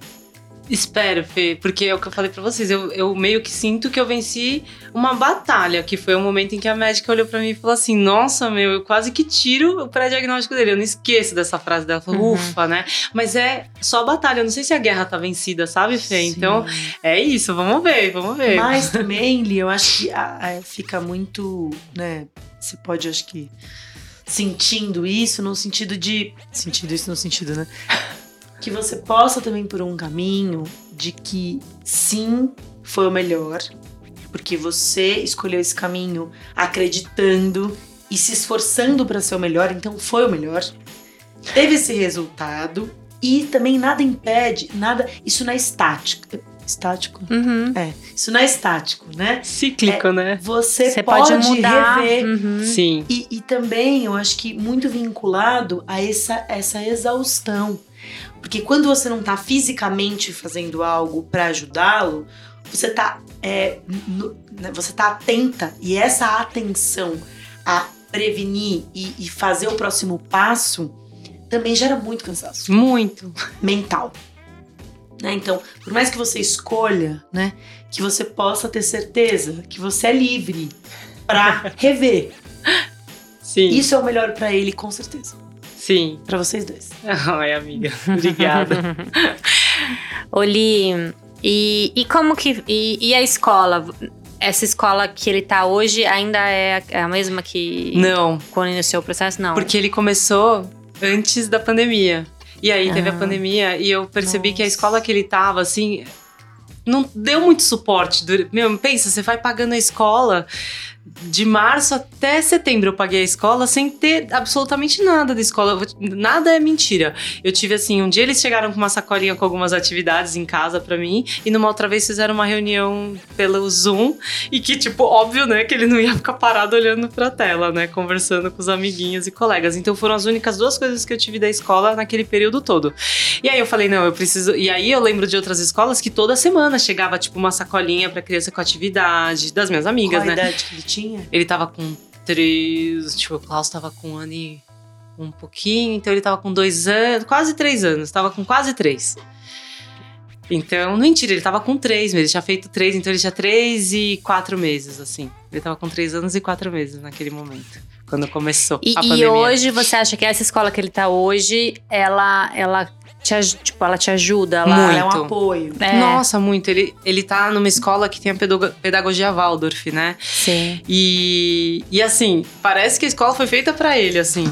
Espero, Fê, porque é o que eu falei pra vocês, eu, eu meio que sinto que eu venci uma batalha, que foi o momento em que a médica olhou pra mim e falou assim, nossa, meu, eu quase que tiro o pré-diagnóstico dele, eu não esqueço dessa frase dela, falou, uhum. ufa, né, mas é só batalha, eu não sei se a guerra tá vencida, sabe, Fê, Sim. então é isso, vamos ver, vamos ver. Mas também, Li, eu acho que a, a, fica muito, né, você pode, acho que, sentindo isso no sentido de, sentindo isso no sentido, né, que você possa também por um caminho de que sim, foi o melhor, porque você escolheu esse caminho acreditando e se esforçando para ser o melhor, então foi o melhor. Teve esse resultado e também nada impede, nada, isso não é estático. Estático? Uhum. É, isso não é estático, né? Cíclico, é, né? Você, você pode, pode mudar. rever. Uhum. Sim. E, e também, eu acho que muito vinculado a essa, essa exaustão. Porque quando você não tá fisicamente fazendo algo para ajudá-lo, você tá, é, no, né, você tá atenta. E essa atenção a prevenir e, e fazer o próximo passo também gera muito cansaço. Muito. Mental. Né? Então, por mais que você escolha, né, que você possa ter certeza que você é livre para rever. Sim. Isso é o melhor para ele, com certeza. Sim. Pra vocês dois. Ai, amiga. Obrigada. Oli, e, e como que... E, e a escola? Essa escola que ele tá hoje ainda é a mesma que... Não. Quando iniciou o processo? Não. Porque ele começou antes da pandemia. E aí teve ah. a pandemia e eu percebi Nossa. que a escola que ele tava, assim... Não deu muito suporte. Meu, pensa, você vai pagando a escola... De março até setembro eu paguei a escola sem ter absolutamente nada da escola. Nada é mentira. Eu tive assim, um dia eles chegaram com uma sacolinha com algumas atividades em casa pra mim. E numa outra vez fizeram uma reunião pelo Zoom. E que tipo, óbvio, né, que ele não ia ficar parado olhando pra tela, né, conversando com os amiguinhos e colegas. Então foram as únicas duas coisas que eu tive da escola naquele período todo. E aí eu falei, não, eu preciso... E aí eu lembro de outras escolas que toda semana chegava tipo uma sacolinha pra criança com atividade, das minhas amigas, Qual né? a idade que ele tinha? Ele tava com três... Tipo, o Klaus tava com um ano e um pouquinho. Então ele tava com dois anos... Quase três anos. Tava com quase três. Então, mentira, ele tava com três meses. Ele tinha feito três, então ele tinha três e quatro meses, assim. Ele tava com três anos e quatro meses naquele momento. Quando começou e, a pandemia. E hoje, você acha que essa escola que ele tá hoje, ela... ela... Te, tipo, ela te ajuda, ela muito. É um apoio. É. Nossa, muito. Ele, ele tá numa escola que tem a pedagogia Waldorf, né? Sim. E, e assim, parece que a escola foi feita pra ele, assim.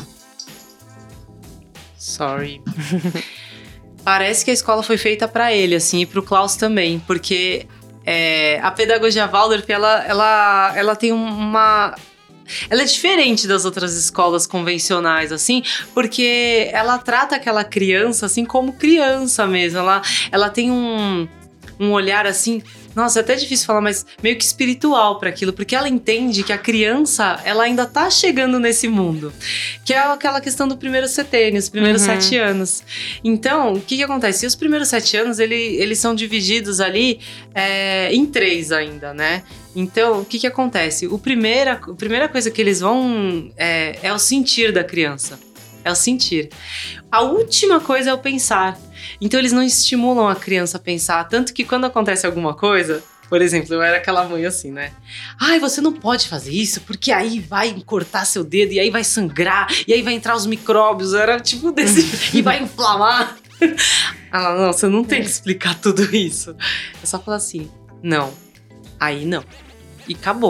Sorry. Parece que a escola foi feita pra ele, assim, e pro Klaus também. Porque é, a pedagogia Waldorf, ela, ela, ela tem uma... Ela é diferente das outras escolas convencionais, assim, porque ela trata aquela criança, assim, como criança mesmo. Ela, ela tem um, um olhar, assim... Nossa, é até difícil falar, mas meio que espiritual para aquilo, porque ela entende que a criança, ela ainda tá chegando nesse mundo. Que é aquela questão do primeiro setênio, os primeiros uhum. sete anos. Então, o que que acontece? E os primeiros sete anos, ele, eles são divididos ali é, em três ainda, né? Então, o que que acontece? O primeira, a primeira coisa que eles vão... É, é o sentir da criança. É o sentir. A última coisa é o pensar. Então, eles não estimulam a criança a pensar. Tanto que quando acontece alguma coisa... Por exemplo, eu era aquela mãe assim, né? Ai, você não pode fazer isso, porque aí vai cortar seu dedo, e aí vai sangrar, e aí vai entrar os micróbios. Era tipo desse... e vai inflamar. Ela, não, você não tem que explicar tudo isso. É só falar assim, não. Aí não. E acabou.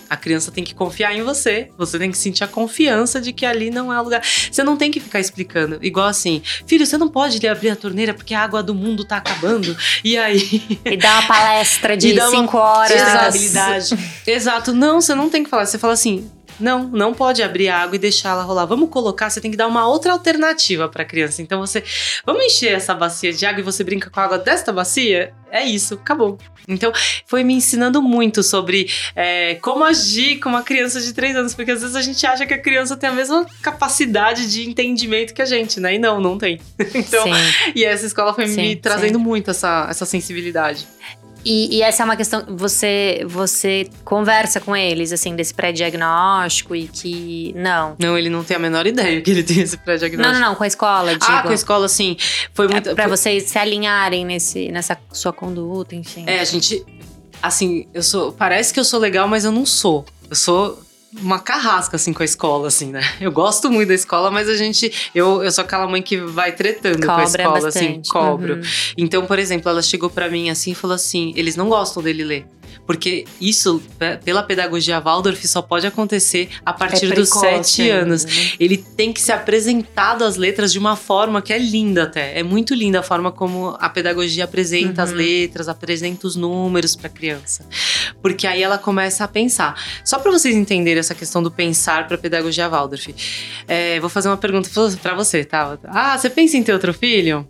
A criança tem que confiar em você. Você tem que sentir a confiança de que ali não é o lugar. Você não tem que ficar explicando. Igual assim, filho, você não pode abrir a torneira porque a água do mundo tá acabando. E aí... E dá uma palestra de cinco horas. Sustentabilidade. Exato. Não, você não tem que falar. Você fala assim... Não, não pode abrir a água e deixar ela rolar. Vamos colocar, você tem que dar uma outra alternativa para a criança. Então você, vamos encher essa bacia de água e você brinca com a água desta bacia? É isso, acabou. Então foi me ensinando muito sobre é, como agir com uma criança de três anos. Porque às vezes a gente acha que a criança tem a mesma capacidade de entendimento que a gente, né? E não, não tem. Então, sim. E essa escola foi sim, me trazendo sim. muito essa, essa sensibilidade. E, e essa é uma questão, você, você conversa com eles, assim, desse pré-diagnóstico e que, não. Não, ele não tem a menor ideia que ele tem esse pré-diagnóstico. Não, não, não, com a escola, digo. Ah, com a escola, sim. Foi muito... É pra foi... vocês se alinharem nesse, nessa sua conduta, enfim. É, a gente, assim, eu sou, parece que eu sou legal, mas eu não sou. Eu sou... uma carrasca, assim, com a escola, assim, né? Eu gosto muito da escola, mas a gente... Eu, eu sou aquela mãe que vai tretando Cobra com a escola, bastante. assim, cobro. Uhum. Então, por exemplo, ela chegou pra mim, assim, e falou assim... Eles não gostam dele ler. Porque isso, pela pedagogia Waldorf, só pode acontecer a partir é dos sete anos. Né? Ele tem que ser apresentado às letras de uma forma que é linda até. É muito linda a forma como a pedagogia apresenta uhum. as letras, apresenta os números para a criança. Porque aí ela começa a pensar. Só para vocês entenderem essa questão do pensar para a pedagogia Waldorf. É, vou fazer uma pergunta para você, tá? Ah, você pensa em ter outro filho?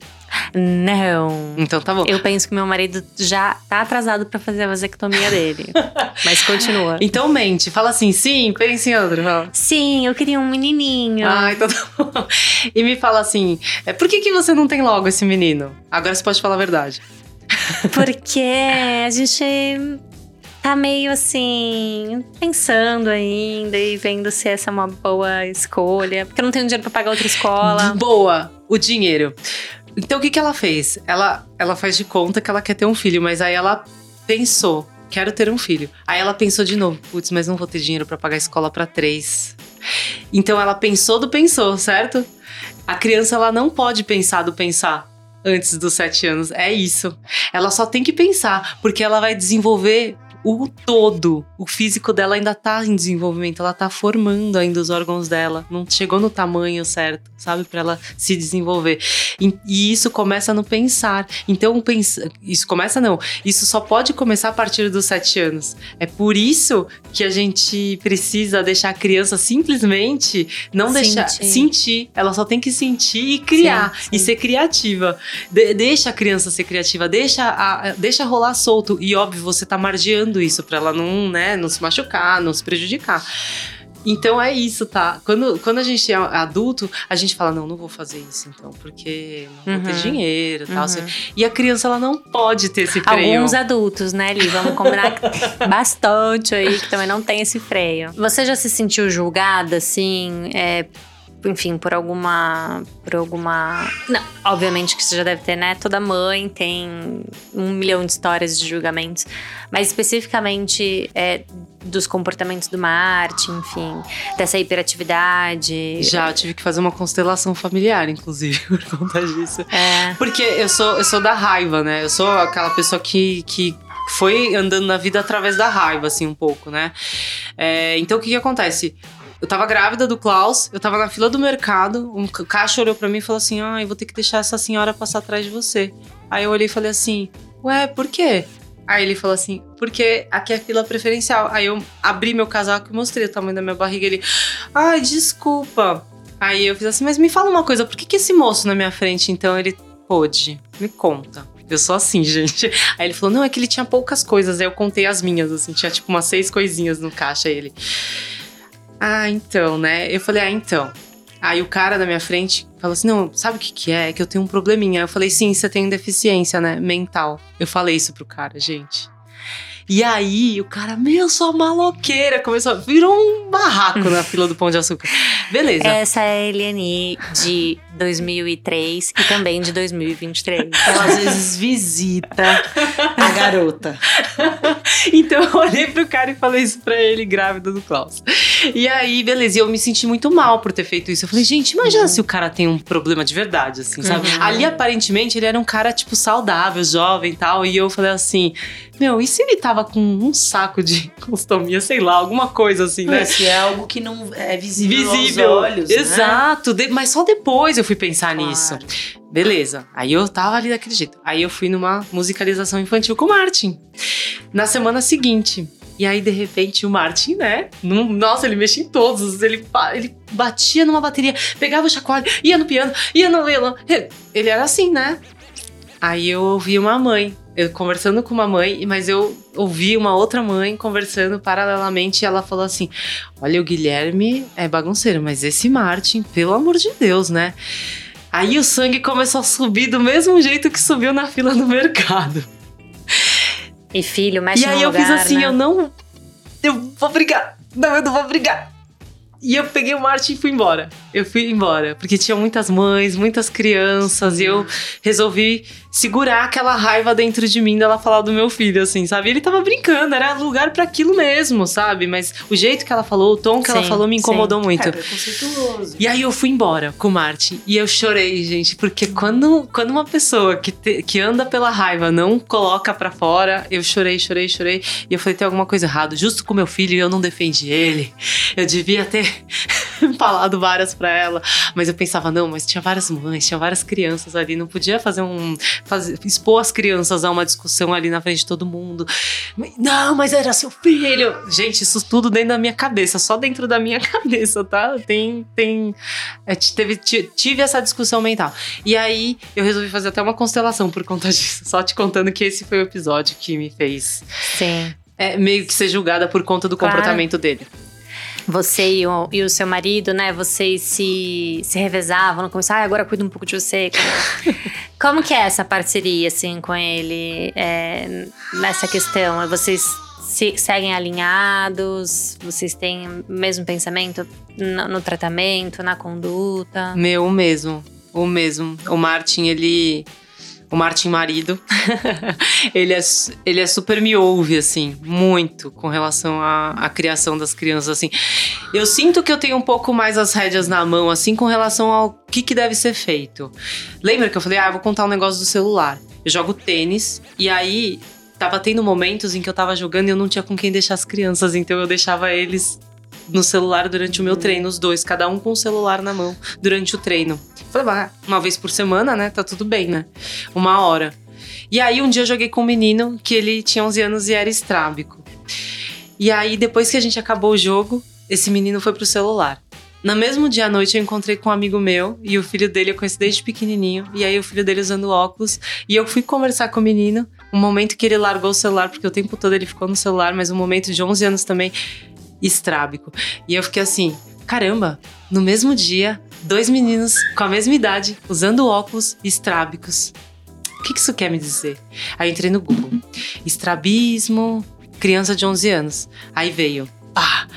Não. Então tá bom. Eu penso que meu marido já tá atrasado pra fazer a vasectomia dele. Mas continua. Então mente. Fala assim, sim, pensa em outro. Fala. Sim, eu queria um menininho. Ah, então tá bom. E me fala assim, por que que você não tem logo esse menino? Agora você pode falar a verdade. Porque a gente tá meio assim, pensando ainda e vendo se essa é uma boa escolha. Porque eu não tenho dinheiro pra pagar outra escola. Boa, o dinheiro. Então, o que que ela fez? Ela, ela faz de conta que ela quer ter um filho, mas aí ela pensou, quero ter um filho. Aí ela pensou de novo, putz, mas não vou ter dinheiro pra pagar a escola pra três. Então, ela pensou do pensou, certo? A criança, ela não pode pensar do pensar antes dos sete anos. É isso. Ela só tem que pensar, porque ela vai desenvolver o todo. O físico dela ainda tá em desenvolvimento, ela tá formando ainda os órgãos dela, não chegou no tamanho certo, sabe, pra ela se desenvolver. E, e isso começa no pensar. Então, pensa, isso começa não, isso só pode começar a partir dos sete anos. É por isso que a gente precisa deixar a criança simplesmente não sentir. deixar sentir, ela só tem que sentir e criar, sim, sim. e ser criativa. De, deixa a criança ser criativa, deixa, a, deixa rolar solto. E óbvio, você tá margeando isso pra ela não, né, não se machucar, não se prejudicar. Então é isso, tá? Quando, quando a gente é adulto, a gente fala, não, não vou fazer isso então, porque não vou uhum. ter dinheiro e tal. Uhum. E a criança, ela não pode ter esse freio. Alguns adultos, né, Li? Vamos combinar bastante aí, que também não tem esse freio. Você já se sentiu julgada, assim, é... enfim, por alguma, por alguma... Não, obviamente que você já deve ter, né? Toda mãe tem um milhão de histórias de julgamentos. Mas especificamente é, dos comportamentos do Martin, enfim. Dessa hiperatividade. Já, eu tive que fazer uma constelação familiar, inclusive, por conta disso. É. Porque eu sou, eu sou da raiva, né? Eu sou aquela pessoa que... que foi andando na vida através da raiva, assim, um pouco, né? É, então, o que que acontece? Eu tava grávida do Klaus, eu tava na fila do mercado, um caixa olhou pra mim e falou assim, ah, eu vou ter que deixar essa senhora passar atrás de você. Aí eu olhei e falei assim, ué, por quê? Aí ele falou assim, porque aqui é fila preferencial. Aí eu abri meu casaco e mostrei o tamanho da minha barriga. Ele, ai, desculpa. Aí eu fiz assim, mas me fala uma coisa, por que que esse moço na minha frente, então, ele pôde? Me conta. Eu sou assim, gente. Aí ele falou, não, é que ele tinha poucas coisas. Aí eu contei as minhas, assim, tinha tipo umas seis coisinhas no caixa. Aí ele... Ah, então, né? Eu falei, ah, então. Aí o cara da minha frente falou assim, não, sabe o que que é? É que eu tenho um probleminha. Eu falei, sim, você tem deficiência, né? Mental. Eu falei isso pro cara, gente. E aí, o cara, meu, sua maloqueira. Começou, virou um barraco na fila do Pão de Açúcar. Beleza. Essa é a Eliane de dois mil e três e também de dois mil e vinte e três. Ela às vezes visita a garota. Então eu olhei pro cara e falei isso pra ele, grávida do Klaus. E aí, beleza, e eu me senti muito mal por ter feito isso. Eu falei, gente, imagina uhum. se o cara tem um problema de verdade, assim, sabe? Uhum. Ali, aparentemente, ele era um cara, tipo, saudável, jovem e tal. E eu falei assim, meu, e se ele tava com um saco de costomia, sei lá, alguma coisa assim, né? Se é algo que não é visível, Visível. aos olhos, Exato, né? de, mas só depois eu fui pensar Claro. nisso. Beleza, aí eu tava ali daquele jeito. Aí eu fui numa musicalização infantil com o Martin. Na semana seguinte. E aí, de repente, o Martin, né? Num, nossa, ele mexia em todos. Ele, ele batia numa bateria, pegava o chacoalho, ia no piano, ia no violão. Ele era assim, né? Aí eu ouvi uma mãe, eu conversando com uma mãe, mas eu ouvi uma outra mãe conversando paralelamente e ela falou assim, olha, o Guilherme é bagunceiro, mas esse Martin, pelo amor de Deus, né? Aí o sangue começou a subir do mesmo jeito que subiu na fila do mercado. E filho, mexe E aí no eu lugar, fiz assim, né? eu não... Eu vou brigar. Não, eu não vou brigar. E eu peguei o Martin e fui embora. Eu fui embora, porque tinha muitas mães, muitas crianças. Sim. E eu resolvi segurar aquela raiva dentro de mim dela falar do meu filho, assim, sabe? Ele tava brincando, era lugar pra aquilo mesmo, sabe? Mas o jeito que ela falou, o tom que sim, ela falou me incomodou sim. muito. É preconceituoso. E aí eu fui embora com o Martin. E eu chorei, gente, porque quando, quando uma pessoa que, te, que anda pela raiva não coloca pra fora, eu chorei, chorei, chorei. E eu falei, tem alguma coisa errada. Justo com meu filho, eu não defendi ele. Eu devia ter falado várias pra ela. Mas eu pensava, não, mas tinha várias mães, tinha várias crianças ali. Não podia fazer um... Fazer, expor as crianças a uma discussão ali na frente de todo mundo. Não, mas era seu filho. Gente, isso tudo dentro da minha cabeça. Só dentro da minha cabeça, tá? Tem... tem é, teve, tive essa discussão mental. E aí, eu resolvi fazer até uma constelação por conta disso. Só te contando que esse foi o episódio que me fez... Sim. É, meio que ser julgada por conta do Claro. comportamento dele. Você e o, e o seu marido, né? Vocês se, se revezavam no começo. Ah, agora cuido um pouco de você. Como, como que é essa parceria, assim, com ele? É, nessa questão? Vocês se, seguem alinhados? Vocês têm o mesmo pensamento no, no tratamento, na conduta? Meu, o mesmo. O mesmo. O Martin, ele... O Martin marido, ele, é, ele é super me ouve, assim, muito com relação à, à criação das crianças, assim. Eu sinto que eu tenho um pouco mais as rédeas na mão, assim, com relação ao que, que deve ser feito. Lembra que eu falei, ah, eu vou contar um negócio do celular. Eu jogo tênis, e aí tava tendo momentos em que eu tava jogando e eu não tinha com quem deixar as crianças, então eu deixava eles no celular durante o meu treino, os dois, cada um com o celular na mão, durante o treino. Falei, ah, uma vez por semana, né? Tá tudo bem, né? Uma hora. E aí, um dia eu joguei com um menino que ele tinha onze anos e era estrábico. E aí, depois que a gente acabou o jogo, esse menino foi pro celular. No mesmo dia à noite, eu encontrei com um amigo meu e o filho dele eu conheci desde pequenininho. E aí, o filho dele usando óculos. E eu fui conversar com o menino. Um momento que ele largou o celular, porque o tempo todo ele ficou no celular, mas um momento de onze anos também, estrábico. E eu fiquei assim, caramba, no mesmo dia... Dois meninos com a mesma idade, usando óculos estrábicos. O que isso quer me dizer? Aí eu entrei no Google. Estrabismo, criança de onze anos. Aí veio, pá!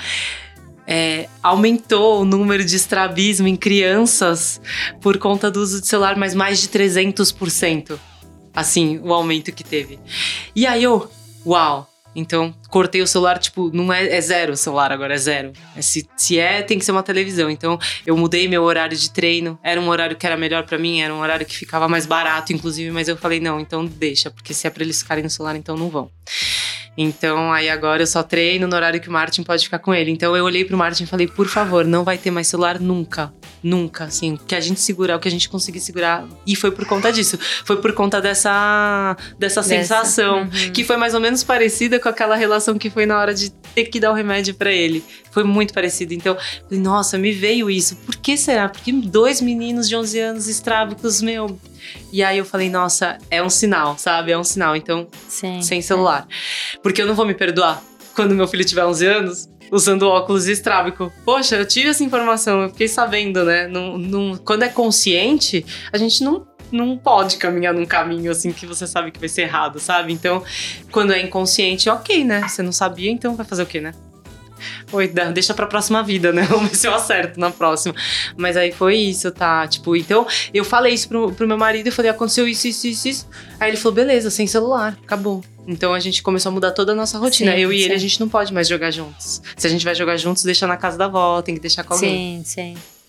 É, aumentou o número de estrabismo em crianças por conta do uso de celular, mas mais de trezentos por cento. Assim, o aumento que teve. E aí eu, uau! Então, cortei o celular, tipo, não é, é zero o celular, agora é zero. É, se, se é, tem que ser uma televisão. Então, eu mudei meu horário de treino. Era um horário que era melhor pra mim, era um horário que ficava mais barato, inclusive. Mas eu falei, não, então deixa, porque se é pra eles ficarem no celular, então não vão. Então, aí agora eu só treino no horário que o Martin pode ficar com ele. Então, eu olhei pro Martin e falei, por favor, não vai ter mais celular nunca. Nunca, assim, que a gente segurar, o que a gente conseguir segurar. E foi por conta disso. Foi por conta dessa, dessa, dessa sensação, uhum. Que foi mais ou menos parecida com aquela relação que foi na hora de ter que dar o remédio pra ele. Foi muito parecido. Então, falei, nossa, me veio isso. Por que será? Porque dois meninos de onze anos estrábicos, meu... E aí eu falei, nossa, é um sinal, sabe? É um sinal, então, sim, sem celular. É. Porque eu não vou me perdoar quando meu filho tiver onze anos, usando óculos estrábico. Poxa, eu tive essa informação, eu fiquei sabendo, né? Não, não, quando é consciente, a gente não, não pode caminhar num caminho assim que você sabe que vai ser errado, sabe? Então, quando é inconsciente, ok, né? Você não sabia, então vai fazer o quê, né? Oi, deixa pra próxima vida, né? Vamos ver se eu acerto na próxima. Mas aí foi isso, tá? Tipo, então eu falei isso pro, pro meu marido, eu falei, aconteceu isso, isso, isso, isso. Aí ele falou, beleza, sem celular, acabou. Então a gente começou a mudar toda a nossa rotina. Sim, eu e sim. ele, a gente não pode mais jogar juntos. Se a gente vai jogar juntos, deixa na casa da avó, tem que deixar com alguém. Sim, sim.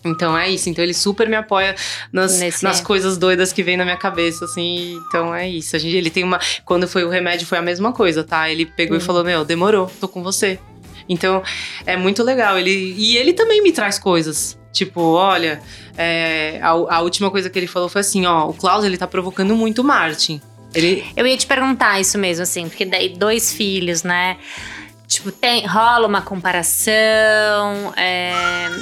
Então é isso, então ele super me apoia nas, nas coisas doidas que vem na minha cabeça, assim, então é isso. A gente, ele tem uma, quando foi o remédio foi a mesma coisa, tá? Ele pegou uhum. e falou, meu, demorou, tô com você. Então é muito legal, ele, e ele também me traz coisas, tipo, olha, é, a, a última coisa que ele falou foi assim, ó, o Klaus, ele tá provocando muito o Martin. Ele... Eu ia te perguntar isso mesmo, assim, porque daí dois filhos, né? Tipo, tem, rola uma comparação, é,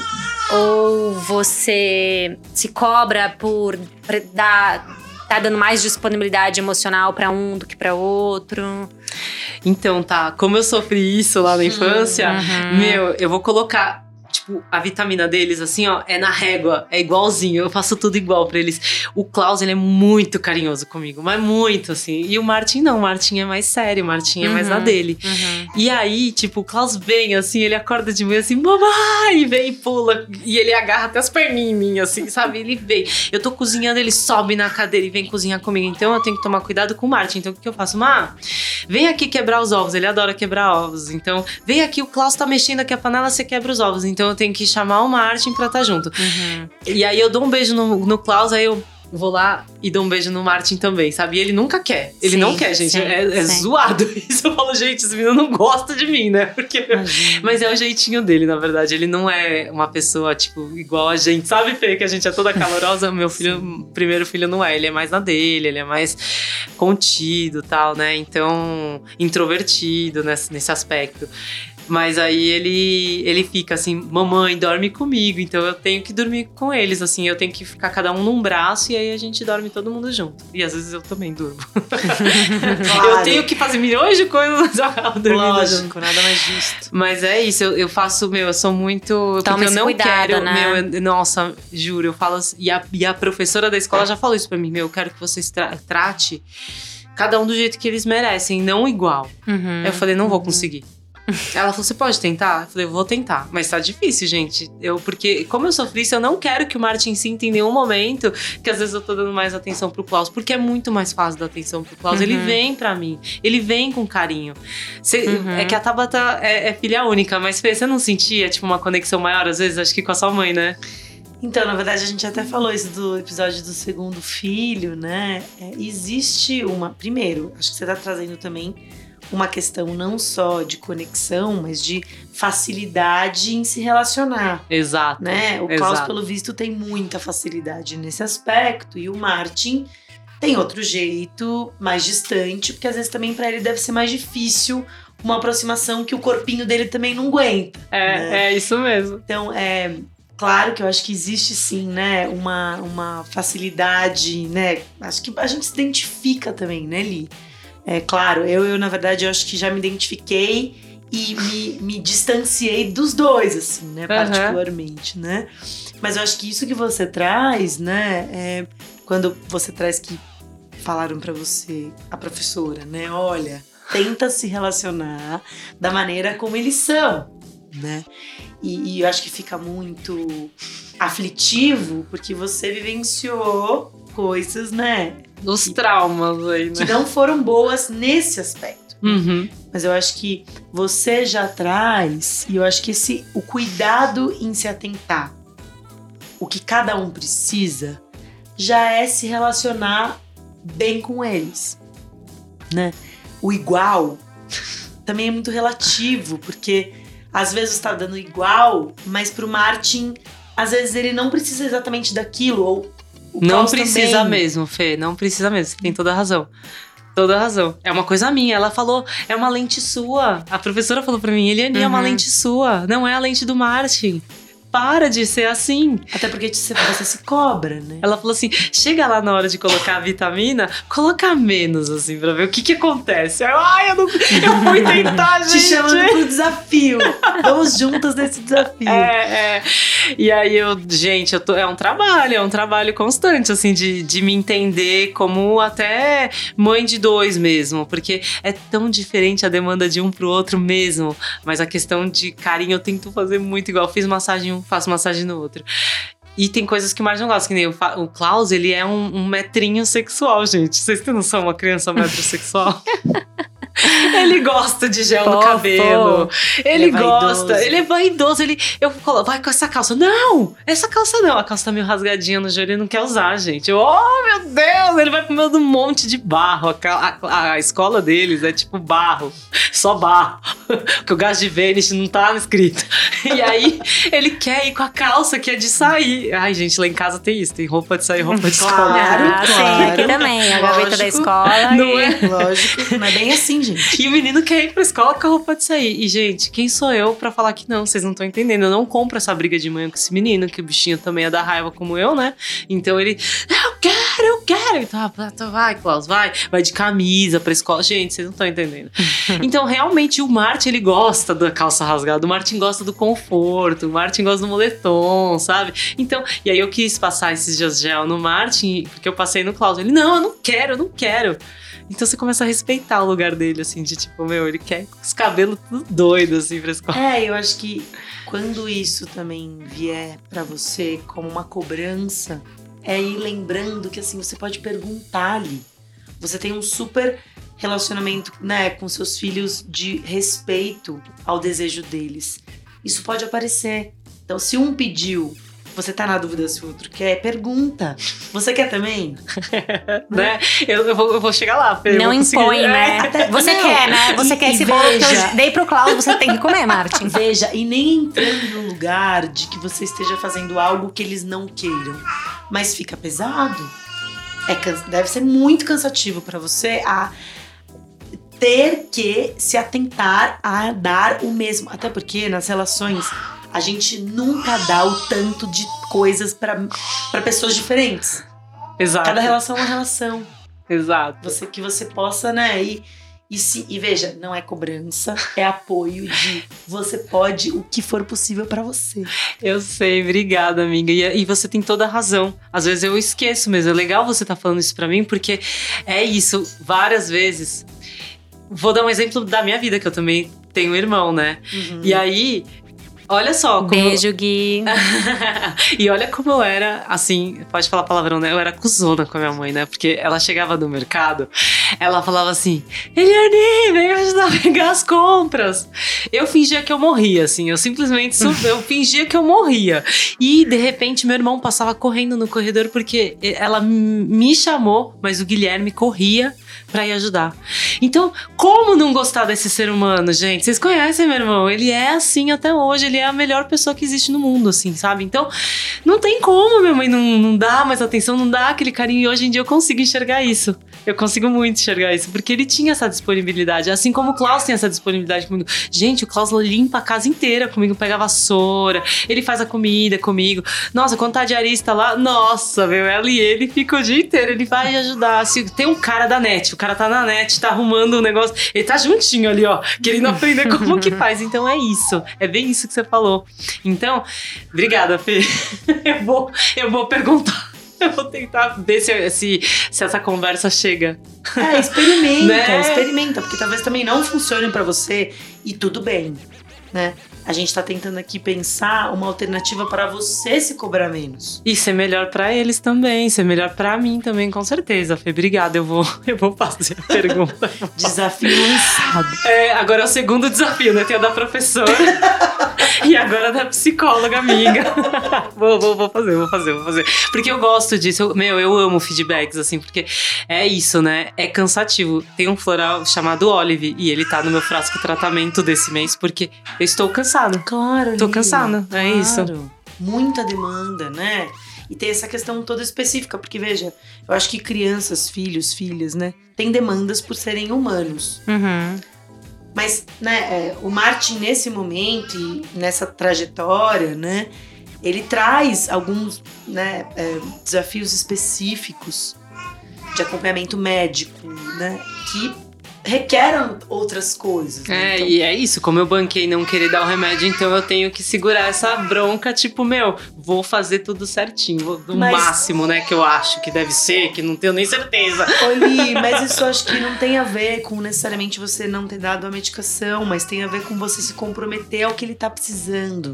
ou você se cobra por dar, tá dando mais disponibilidade emocional pra um do que pra outro? Então, tá, como eu sofri isso lá na infância, uhum. meu, eu vou colocar... Tipo, a vitamina deles, assim, ó, é na régua, é igualzinho, eu faço tudo igual pra eles. O Klaus, ele é muito carinhoso comigo, mas muito, assim. E o Martin não, o Martin é mais sério, o Martin é uhum, mais na dele. Uhum. E aí, tipo, o Klaus vem, assim, ele acorda de manhã assim, mamãe, e vem e pula, e ele agarra até as perninhas em mim, assim, sabe? Ele vem. Eu tô cozinhando, ele sobe na cadeira e vem cozinhar comigo. Então, eu tenho que tomar cuidado com o Martin. Então, o que eu faço? Má, vem aqui quebrar os ovos, ele adora quebrar ovos. Então, vem aqui, o Klaus tá mexendo aqui a panela, você quebra os ovos. Então, eu tenho que chamar o Martin pra estar junto. Uhum. E aí eu dou um beijo no, no Klaus, aí eu vou lá e dou um beijo no Martin também, sabe? E ele nunca quer. Ele sim, não quer, gente. Sim, é é zoado isso. Eu falo, gente, esse menino não gosta de mim, né? Porque... Mas é o jeitinho dele, na verdade. Ele não é uma pessoa, tipo, igual a gente. Sabe, Fê? Que a gente é toda calorosa. Meu filho, primeiro filho não é. Ele é mais na dele, ele é mais contido e tal, né? Então, introvertido nesse, nesse aspecto. Mas aí ele, ele fica assim, mamãe, dorme comigo. Então eu tenho que dormir com eles, assim. Eu tenho que ficar cada um num braço e aí a gente dorme todo mundo junto. E às vezes eu também durmo. Claro. Eu tenho que fazer milhões de coisas, mas eu acabo dormindo. Lógico, junto. Nada mais justo. Mas é isso, eu, eu faço, meu, eu sou muito... Toma porque eu não cuidado, quero, né? meu, eu, nossa, juro, eu falo assim, e a, e a professora da escola já falou isso pra mim, meu, eu quero que vocês tra- trate cada um do jeito que eles merecem, não igual. Uhum, aí eu falei, não uhum. vou conseguir. Ela falou, você pode tentar? Eu falei, eu vou tentar. Mas tá difícil, gente. Eu, porque, como eu sofri isso, eu não quero que o Martin sinta em nenhum momento que às vezes eu tô dando mais atenção pro Klaus. Porque é muito mais fácil dar atenção pro Klaus. Uhum. Ele vem pra mim. Ele vem com carinho. Cê, uhum. É que a Tabata é, é filha única. Mas, Fê, você não sentia, tipo, uma conexão maior, às vezes? Acho que com a sua mãe, né? Então, na verdade, a gente até falou isso do episódio do segundo filho, né? É, existe uma... Primeiro, acho que você tá trazendo também... uma questão não só de conexão, mas de facilidade em se relacionar. Exato. Né? O Klaus, exato. Pelo visto, tem muita facilidade nesse aspecto. E o Martin tem outro jeito, mais distante, porque às vezes também para ele deve ser mais difícil uma aproximação que o corpinho dele também não aguenta. É, né? É isso mesmo. Então, é... Claro que eu acho que existe sim, né, uma, uma facilidade, né? Acho que a gente se identifica também, né, Li? É claro, eu, eu, na verdade, eu acho que já me identifiquei e me, me distanciei dos dois, assim, né? Uhum. Particularmente, né? Mas eu acho que isso que você traz, né? É, quando você traz que falaram pra você, a professora, né? Olha, tenta se relacionar da maneira como eles são, né? E, e eu acho que fica muito aflitivo porque você vivenciou coisas, né? Dos traumas aí, né? Que não foram boas nesse aspecto. Uhum. Mas eu acho que você já traz, e eu acho que esse, o cuidado em se atentar, o que cada um precisa, já é se relacionar bem com eles, né? O igual também é muito relativo, porque às vezes você tá dando igual, mas pro Martin, às vezes ele não precisa exatamente daquilo, ou o não Klaus precisa também. mesmo, Fê, não precisa mesmo, você tem toda a razão. Toda a razão. É uma coisa minha. Ela falou, é uma lente sua. A professora falou pra mim, Eliane, uhum. é uma lente sua. Não é a lente do Martin. Para de ser assim. Até porque você se cobra, né? Ela falou assim, chega lá na hora de colocar a vitamina, coloca menos, assim, pra ver o que que acontece. Eu, ai, eu não... Eu fui tentar, gente. Te chamando pro desafio. Vamos juntas nesse desafio. É, é. E aí, eu, gente, eu tô, é um trabalho, é um trabalho constante, assim, de, de me entender como até mãe de dois mesmo. Porque é tão diferente a demanda de um pro outro mesmo. Mas a questão de carinho, eu tento fazer muito igual. Eu fiz massagem um, faço massagem no outro. E tem coisas que o Martin não gosta, que nem o, o Klaus, ele é um, um metrinho sexual, gente. Vocês têm noção, uma criança metrosexual? Ele gosta de gel Fofo. no cabelo. Ele, Ele é gosta. vaidoso. Ele é vaidoso. Ele, eu falo, vai com essa calça. Não! Essa calça não. A calça tá meio rasgadinha no joelho, ele não quer usar, gente. Eu, oh, meu Deus! Ele vai pro meio de um monte de barro. A, cal- a, a escola deles é tipo barro. Só barro. Porque o gás de Vênus não tá escrito. E aí, ele quer ir com a calça que é de sair. Ai, gente, lá em casa tem isso. Tem roupa de sair, roupa de escola. Claro, Ah, sim, claro. aqui também. A gaveta da Lógico. escola. Não e- é? Lógico, não é bem assim, gente. E o menino quer ir pra escola com a roupa de sair. E, gente, quem sou eu pra falar que não? Vocês não estão entendendo. Eu não compro essa briga de manhã com esse menino, que o bichinho também é da raiva como eu, né? Então ele, eu quero, eu quero. Então, ah, então vai, Klaus, vai. Vai de camisa pra escola. Gente, vocês não estão entendendo. Então, realmente, o Martin, ele gosta da calça rasgada. O Martin gosta do conforto. O Martin gosta do moletom, sabe? Então, e aí eu quis passar esses dias gel no Martin, porque eu passei no Klaus. Ele, não, eu não quero, eu não quero. Então você começa a respeitar o lugar dele, assim, de tipo, meu, ele quer com os cabelos tudo doido, assim, pra escola. É, eu acho que quando isso também vier pra você como uma cobrança, é ir lembrando que, assim, você pode perguntar ali. Você tem um super relacionamento, né, com seus filhos de respeito ao desejo deles. Isso pode aparecer. Então, se um pediu, você tá na dúvida se o outro quer, pergunta. Você quer também? Né? Eu, eu, vou, eu vou chegar lá. Fê, eu Não vou conseguir- impõe, né? Até- Você não. quer, né? Você E- quer e esse bolo que veja- eu dei pro Klaus, você tem que comer, Martin. Veja, e nem entrando no lugar de que você esteja fazendo algo que eles não queiram. Mas fica pesado. É, can- deve ser muito cansativo pra você a ter que se atentar a dar o mesmo. Até porque nas relações a gente nunca dá o tanto de coisas pra pra pessoas diferentes. Exato. Cada relação é uma relação. Exato. Você, que você possa, né? E, e, se, e veja, não é cobrança, é apoio de você pode o que for possível pra você. Eu sei, obrigada, amiga. E, e você tem toda a razão. Às vezes eu esqueço mesmo. É legal você estar falando isso pra mim, porque é isso. Várias vezes. Vou dar um exemplo da minha vida, que eu também tenho um irmão, né? Uhum. E aí, olha só. Como... Beijo, Gui. E olha como eu era, assim, pode falar palavrão, né? Eu era cuzona com a minha mãe, né? Porque ela chegava do mercado, ela falava assim, Eliane, vem me ajudar a pegar as compras. Eu fingia que eu morria, assim, eu simplesmente, su- eu fingia que eu morria. E, de repente, meu irmão passava correndo no corredor porque ela m- me chamou, mas o Guilherme corria pra ir ajudar. Então, como não gostar desse ser humano, gente? Vocês conhecem meu irmão? Ele é assim até hoje, ele é a melhor pessoa que existe no mundo, assim, sabe? Então, não tem como minha mãe não, não dá mais atenção, não dá aquele carinho. E hoje em dia eu consigo enxergar isso. Eu consigo muito enxergar isso, porque ele tinha essa disponibilidade. Assim como o Klaus tem essa disponibilidade comigo. Gente, o Klaus limpa a casa inteira comigo, pega a vassoura, ele faz a comida comigo. Nossa, quando tá a diarista lá, nossa, meu, ela e ele ficam o dia inteiro, ele vai ajudar. Se tem um cara da net, o cara tá na net, tá arrumando um negócio, ele tá juntinho ali, ó, querendo aprender como que faz. Então é isso, é bem isso que você falou. Então, obrigada, Fê. Eu vou, eu vou perguntar. Eu vou tentar ver se, se, se essa conversa chega. É, experimenta, Né? experimenta, porque talvez também não funcione pra você e tudo bem, né? A gente tá tentando aqui pensar uma alternativa para você se cobrar menos. E ser melhor pra eles também, ser melhor pra mim também, com certeza, Fê. Obrigada, eu vou, eu vou fazer a pergunta. Desafio lançado. É, agora é o segundo desafio, né? Tem a da professora e agora da psicóloga amiga. vou, vou, vou fazer, vou fazer, vou fazer. Porque eu gosto disso. Eu, meu, eu amo feedbacks, assim, porque é isso, né? É cansativo. Tem um floral chamado Olive e ele tá no meu frasco tratamento desse mês porque eu estou cansada. Claro, Tô Lívia, cansada, é isso. Muita demanda, né? E tem essa questão toda específica, porque veja, eu acho que crianças, filhos, filhas, né, têm demandas por serem humanos. Uhum. Mas, né, é, o Martin nesse momento e nessa trajetória, né, ele traz alguns, né, é, desafios específicos de acompanhamento médico, né, que requerem outras coisas. Né? É, Então, e é isso, como eu banquei não querer dar o remédio, então eu tenho que segurar essa bronca, tipo, meu, vou fazer tudo certinho, vou, do Mas- máximo, né, que eu acho que deve ser, que não tenho nem certeza. Oli, mas isso eu acho que não tem a ver com necessariamente você não ter dado a medicação, mas tem a ver com você se comprometer ao que ele tá precisando.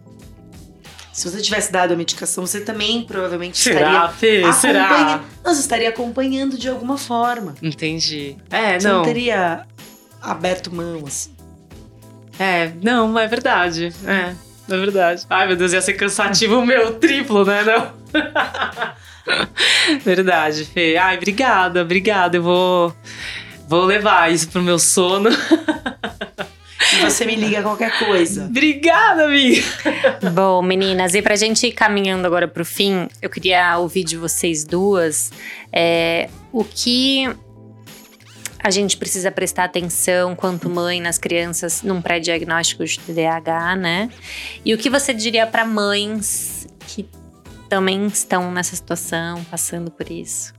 Se você tivesse dado a medicação, você também provavelmente Será, Fê? estaria Será? acompanhando. Não, você estaria acompanhando de alguma forma. Entendi. É, Você não, não. teria aberto mão, assim. É, não, é verdade. É, é verdade. Ai, meu Deus, ia ser cansativo o meu triplo, né? Não. Verdade, Fê. Ai, obrigada, obrigada. Eu vou, vou levar isso pro meu sono. E você me liga qualquer coisa. Obrigada, amiga. Bom, meninas, e pra gente ir caminhando agora pro fim, eu queria ouvir de vocês duas é, o que a gente precisa prestar atenção quanto mãe nas crianças num pré-diagnóstico de T D A H, né? E o que você diria pra mães que também estão nessa situação, passando por isso?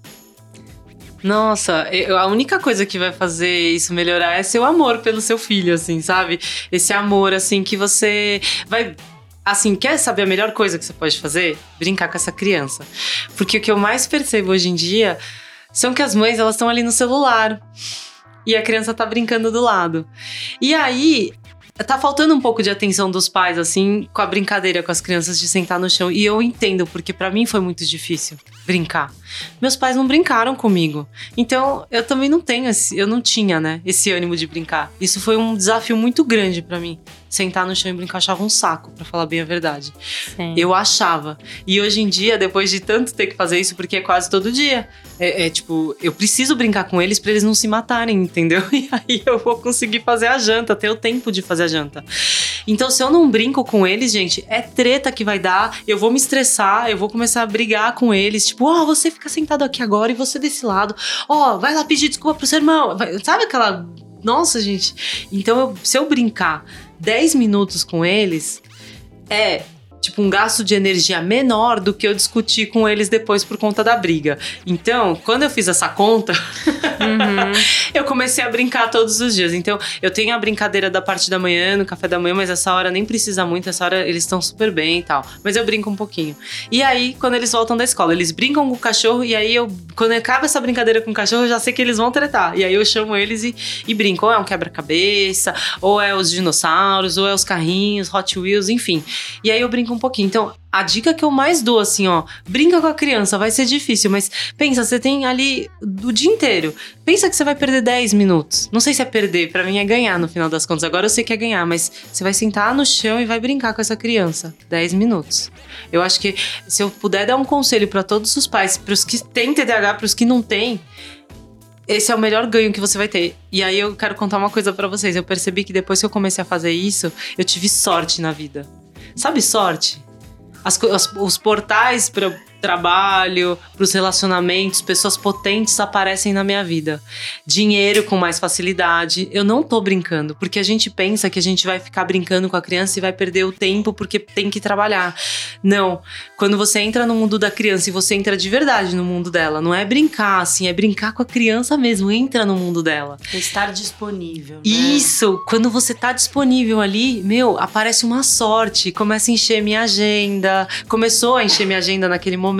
Nossa, eu, a única coisa que vai fazer isso melhorar é seu amor pelo seu filho, assim, sabe? Esse amor, assim, que você vai... Assim, quer saber a melhor coisa que você pode fazer? Brincar com essa criança. Porque o que eu mais percebo hoje em dia são que as mães, elas estão ali no celular. E a criança tá brincando do lado. E aí... Tá faltando um pouco de atenção dos pais, assim, com a brincadeira com as crianças de sentar no chão. E eu entendo, porque pra mim foi muito difícil brincar. Meus pais não brincaram comigo. Então, eu também não tenho esse... Eu não tinha, né, esse ânimo de brincar. Isso foi um desafio muito grande pra mim. Sentar no chão e brincar, eu achava um saco, pra falar bem a verdade. Sim. Eu achava. E hoje em dia, depois de tanto ter que fazer isso, porque é quase todo dia, é, é tipo, eu preciso brincar com eles pra eles não se matarem, entendeu? E aí eu vou conseguir fazer a janta, ter o tempo de fazer a janta. Então, se eu não brinco com eles, gente, é treta que vai dar, eu vou me estressar, eu vou começar a brigar com eles, tipo, ó, oh, você fica sentado aqui agora e você desse lado, ó, oh, vai lá pedir desculpa pro seu irmão, vai, sabe aquela... Nossa, gente, então eu, se eu brincar dez minutos com eles, é tipo um gasto de energia menor do que eu discutir com eles depois por conta da briga. Então, quando eu fiz essa conta, uhum. eu comecei a brincar todos os dias. Então, eu tenho a brincadeira da parte da manhã, no café da manhã, mas essa hora nem precisa muito, essa hora eles estão super bem e tal. Mas eu brinco um pouquinho. E aí, quando eles voltam da escola, eles brincam com o cachorro, e aí eu, quando acaba essa brincadeira com o cachorro, eu já sei que eles vão tretar. E aí eu chamo eles e, e brinco. Ou é um quebra-cabeça, ou é os dinossauros, ou é os carrinhos, Hot Wheels, enfim. E aí eu brinco um pouquinho. Então, a dica que eu mais dou, assim, ó, brinca com a criança, vai ser difícil, mas pensa, você tem ali o dia inteiro. Pensa que você vai perder dez minutos. Não sei se é perder, pra mim é ganhar no final das contas. Agora eu sei que é ganhar, mas você vai sentar no chão e vai brincar com essa criança. dez minutos. Eu acho que se eu puder dar um conselho pra todos os pais, pros que têm T D A H, pros que não têm, esse é o melhor ganho que você vai ter. E aí eu quero contar uma coisa pra vocês. Eu percebi que depois que eu comecei a fazer isso, eu tive sorte na vida. Sabe sorte? As, as, os portais para o trabalho, para os relacionamentos, pessoas potentes aparecem na minha vida. Dinheiro com mais facilidade. Eu não tô brincando, porque a gente pensa que a gente vai ficar brincando com a criança e vai perder o tempo porque tem que trabalhar. Não. Quando você entra no mundo da criança e você entra de verdade no mundo dela, não é brincar, assim, é brincar com a criança mesmo, entra no mundo dela. Estar disponível, né? Isso! Quando você tá disponível ali, meu, aparece uma sorte, começa a encher minha agenda, começou a encher minha agenda naquele momento.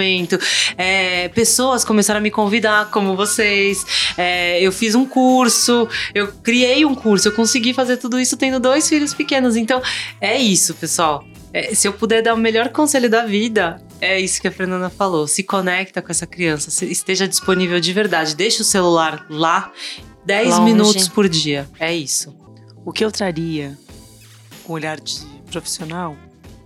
É, pessoas começaram a me convidar, como vocês. É, eu fiz um curso, eu criei um curso, eu consegui fazer tudo isso tendo dois filhos pequenos. Então, é isso, pessoal. É, se eu puder dar o melhor conselho da vida, é isso que a Fernanda falou. Se conecta com essa criança, se esteja disponível de verdade. Deixa o celular lá, dez minutos por dia. É isso. O que eu traria com o olhar de profissional,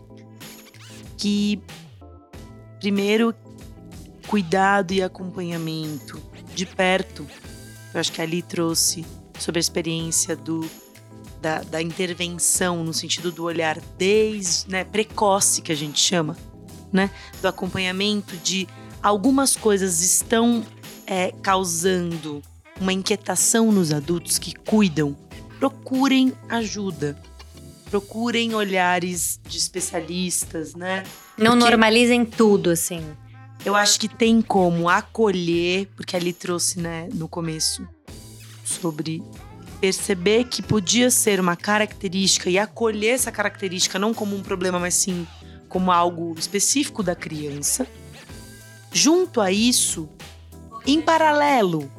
que primeiro, cuidado e acompanhamento de perto. Eu acho que a Ali trouxe sobre a experiência do, da, da intervenção, no sentido do olhar desde, né, precoce, que a gente chama, né, do acompanhamento de algumas coisas estão é, causando uma inquietação nos adultos que cuidam. Procurem ajuda. Procurem olhares de especialistas, né? Não porque normalizem tudo, assim. Eu acho que tem como acolher, porque ali trouxe, né, no começo, sobre perceber que podia ser uma característica e acolher essa característica não como um problema, mas sim como algo específico da criança. Junto a isso, em paralelo,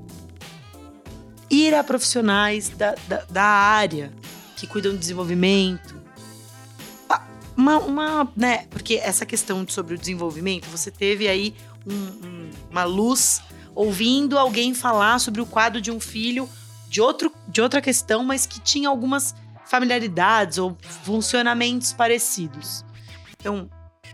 ir a profissionais da, da, da área que cuidam do desenvolvimento. Uma, uma, né, porque essa questão sobre o desenvolvimento, você teve aí um, um, uma luz ouvindo alguém falar sobre o quadro de um filho de, outro, de outra questão, mas que tinha algumas familiaridades ou funcionamentos parecidos. Então,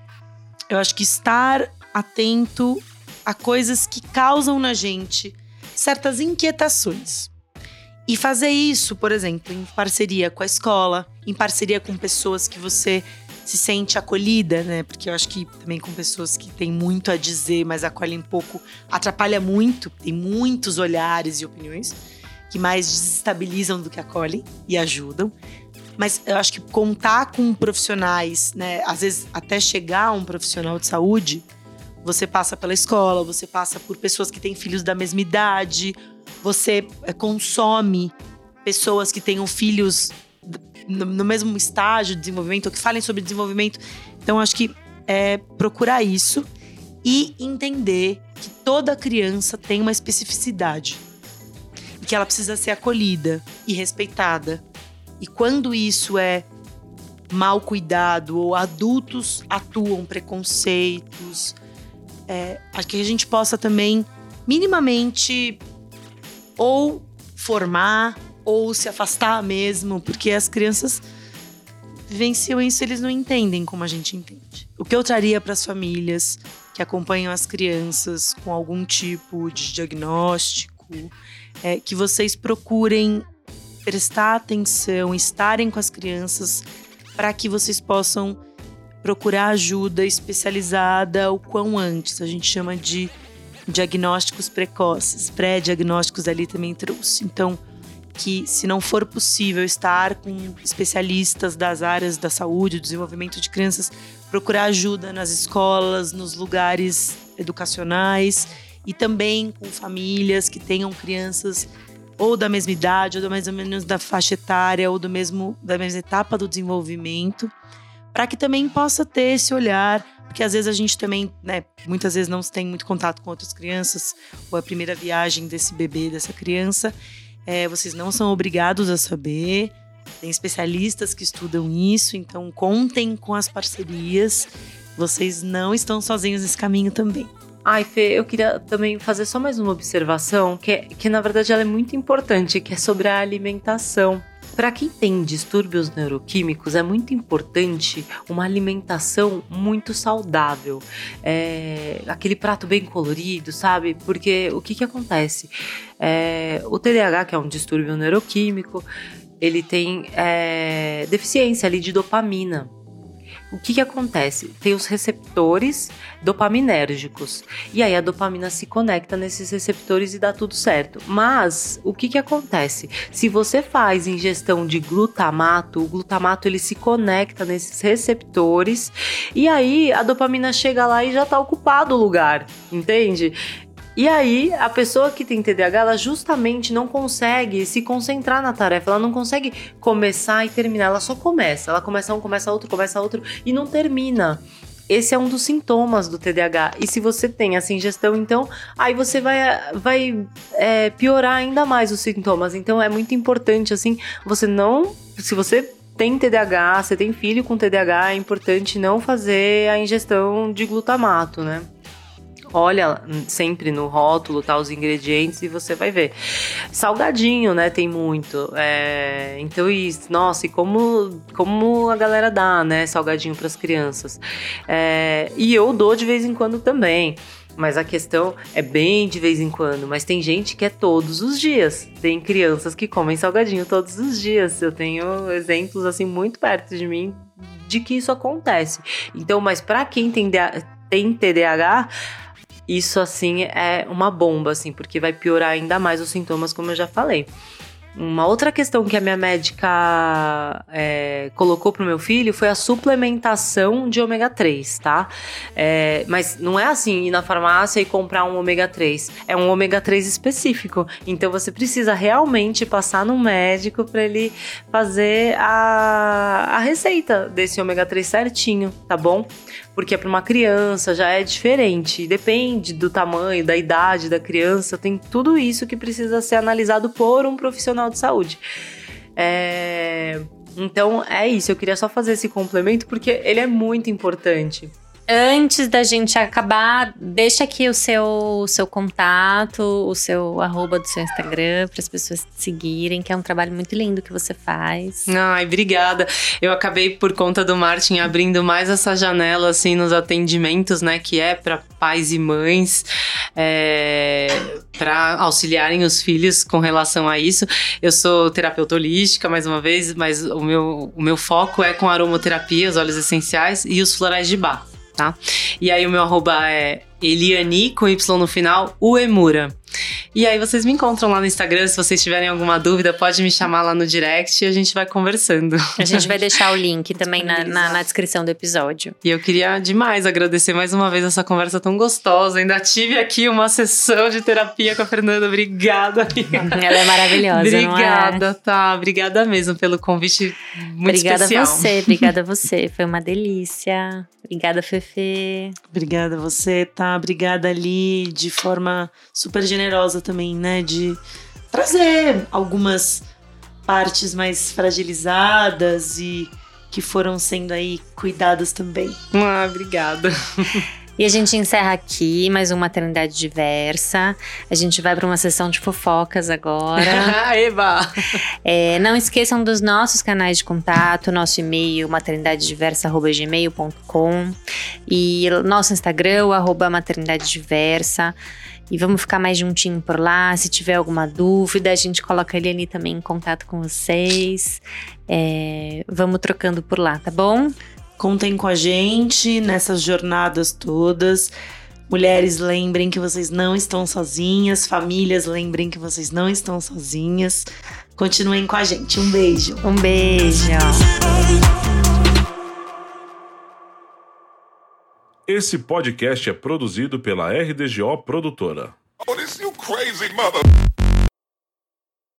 eu acho que estar atento a coisas que causam na gente certas inquietações. E fazer isso, por exemplo, em parceria com a escola, em parceria com pessoas que você se sente acolhida, né? Porque eu acho que também com pessoas que têm muito a dizer, mas acolhem pouco, atrapalha muito. Tem muitos olhares e opiniões que mais desestabilizam do que acolhem e ajudam. Mas eu acho que contar com profissionais, né? Às vezes até chegar a um profissional de saúde, você passa pela escola, você passa por pessoas que têm filhos da mesma idade, você é, consome pessoas que tenham filhos no, no mesmo estágio de desenvolvimento, ou que falem sobre desenvolvimento. Então, acho que é procurar isso e entender que toda criança tem uma especificidade e que ela precisa ser acolhida e respeitada. E quando isso é mal cuidado ou adultos atuam preconceitos, é, acho que a gente possa também minimamente ou formar ou se afastar mesmo, porque as crianças vivenciam isso, eles não entendem como a gente entende. O que eu traria para as famílias que acompanham as crianças com algum tipo de diagnóstico é que vocês procurem prestar atenção, estarem com as crianças para que vocês possam procurar ajuda especializada o quão antes. A gente chama de diagnósticos precoces, pré-diagnósticos ali também trouxe. Então, que se não for possível estar com especialistas das áreas da saúde, do desenvolvimento de crianças, procurar ajuda nas escolas, nos lugares educacionais e também com famílias que tenham crianças ou da mesma idade, ou mais ou menos da faixa etária, ou do mesmo, da mesma etapa do desenvolvimento, para que também possa ter esse olhar, porque às vezes a gente também, né, muitas vezes não tem muito contato com outras crianças, ou a primeira viagem desse bebê, dessa criança, é, vocês não são obrigados a saber, tem especialistas que estudam isso, então contem com as parcerias, vocês não estão sozinhos nesse caminho também. Ai, Fê, eu queria também fazer só mais uma observação, que, é, que na verdade ela é muito importante, que é sobre a alimentação. Para quem tem distúrbios neuroquímicos, é muito importante uma alimentação muito saudável. É, aquele prato bem colorido, sabe? Porque o que, que acontece? É, o T D A H, que é um distúrbio neuroquímico, ele tem é, deficiência ali de dopamina. O que que acontece? Tem os receptores dopaminérgicos. E aí a dopamina se conecta nesses receptores e dá tudo certo. Mas o que que acontece? Se você faz ingestão de glutamato, o glutamato ele se conecta nesses receptores e aí a dopamina chega lá e já está ocupado o lugar, entende? E aí, a pessoa que tem T D A H, ela justamente não consegue se concentrar na tarefa, ela não consegue começar e terminar, ela só começa. Ela começa um, começa outro, começa outro e não termina. Esse é um dos sintomas do T D A H. E se você tem essa ingestão, então, aí você vai, vai é, piorar ainda mais os sintomas. Então, é muito importante, assim, você não... Se você tem T D A H, você tem filho com T D A H, é importante não fazer a ingestão de glutamato, né? Olha sempre no rótulo, tá, os ingredientes e você vai ver. Salgadinho, né, tem muito. É, então, isso, nossa, e como, como a galera dá, né, salgadinho pras crianças. É, e eu dou de vez em quando também. Mas a questão é bem de vez em quando. Mas tem gente que é todos os dias. Tem crianças que comem salgadinho todos os dias. Eu tenho exemplos, assim, muito perto de mim de que isso acontece. Então, mas pra quem tem, tem T D A H... Isso, assim, é uma bomba, assim, porque vai piorar ainda mais os sintomas, como eu já falei. Uma outra questão que a minha médica é, colocou pro meu filho foi a suplementação de ômega três, tá? É, mas não é assim, ir na farmácia e comprar um ômega três. É um ômega três específico. Então, você precisa realmente passar no médico para ele fazer a, a receita desse ômega três certinho, tá bom? Porque é para uma criança, já é diferente. Depende do tamanho, da idade da criança. Tem tudo isso que precisa ser analisado por um profissional de saúde. É... Então, é isso. Eu queria só fazer esse complemento porque ele é muito importante. Antes da gente acabar, deixa aqui o seu, o seu contato, o seu arroba do seu Instagram, para as pessoas te seguirem, que é um trabalho muito lindo que você faz. Ai, obrigada. Eu acabei, por conta do Martin, abrindo mais essa janela, assim, nos atendimentos, né, que é para pais e mães, é, para auxiliarem os filhos com relação a isso. Eu sou terapeuta holística, mais uma vez, mas o meu, o meu foco é com aromaterapia, os óleos essenciais e os florais de Bach. Tá? E aí o meu arroba é Eliani, com Y no final, Uemura. E aí vocês me encontram lá no Instagram, se vocês tiverem alguma dúvida, pode me chamar lá no direct e a gente vai conversando. A gente vai deixar o link também na, na, na descrição do episódio. E eu queria demais agradecer mais uma vez essa conversa tão gostosa. Ainda tive aqui uma sessão de terapia com a Fernanda. Obrigada, amiga. Ela é maravilhosa, obrigada, não é? tá. Obrigada mesmo pelo convite muito obrigada especial. Obrigada a você, obrigada a você. Foi uma delícia. Obrigada, Fefe. Obrigada a você, tá? Obrigada, Ali, de forma super generosa também, né? De trazer algumas partes mais fragilizadas e que foram sendo aí cuidadas também. Ah, obrigada. E a gente encerra aqui mais uma Maternidade Diversa. A gente vai para uma sessão de fofocas agora. Eba! É, não esqueçam dos nossos canais de contato, nosso e-mail maternidade diversa arroba gmail ponto com e nosso Instagram, o arroba maternidade diversa. E vamos ficar mais juntinho por lá. Se tiver alguma dúvida, a gente coloca a Eliane também em contato com vocês. É, vamos trocando por lá, tá bom? Contem com a gente nessas jornadas todas. Mulheres, lembrem que vocês não estão sozinhas. Famílias, lembrem que vocês não estão sozinhas. Continuem com a gente. Um beijo. Um beijo. Esse podcast é produzido pela R D G O Produtora. Oh, this you crazy mother...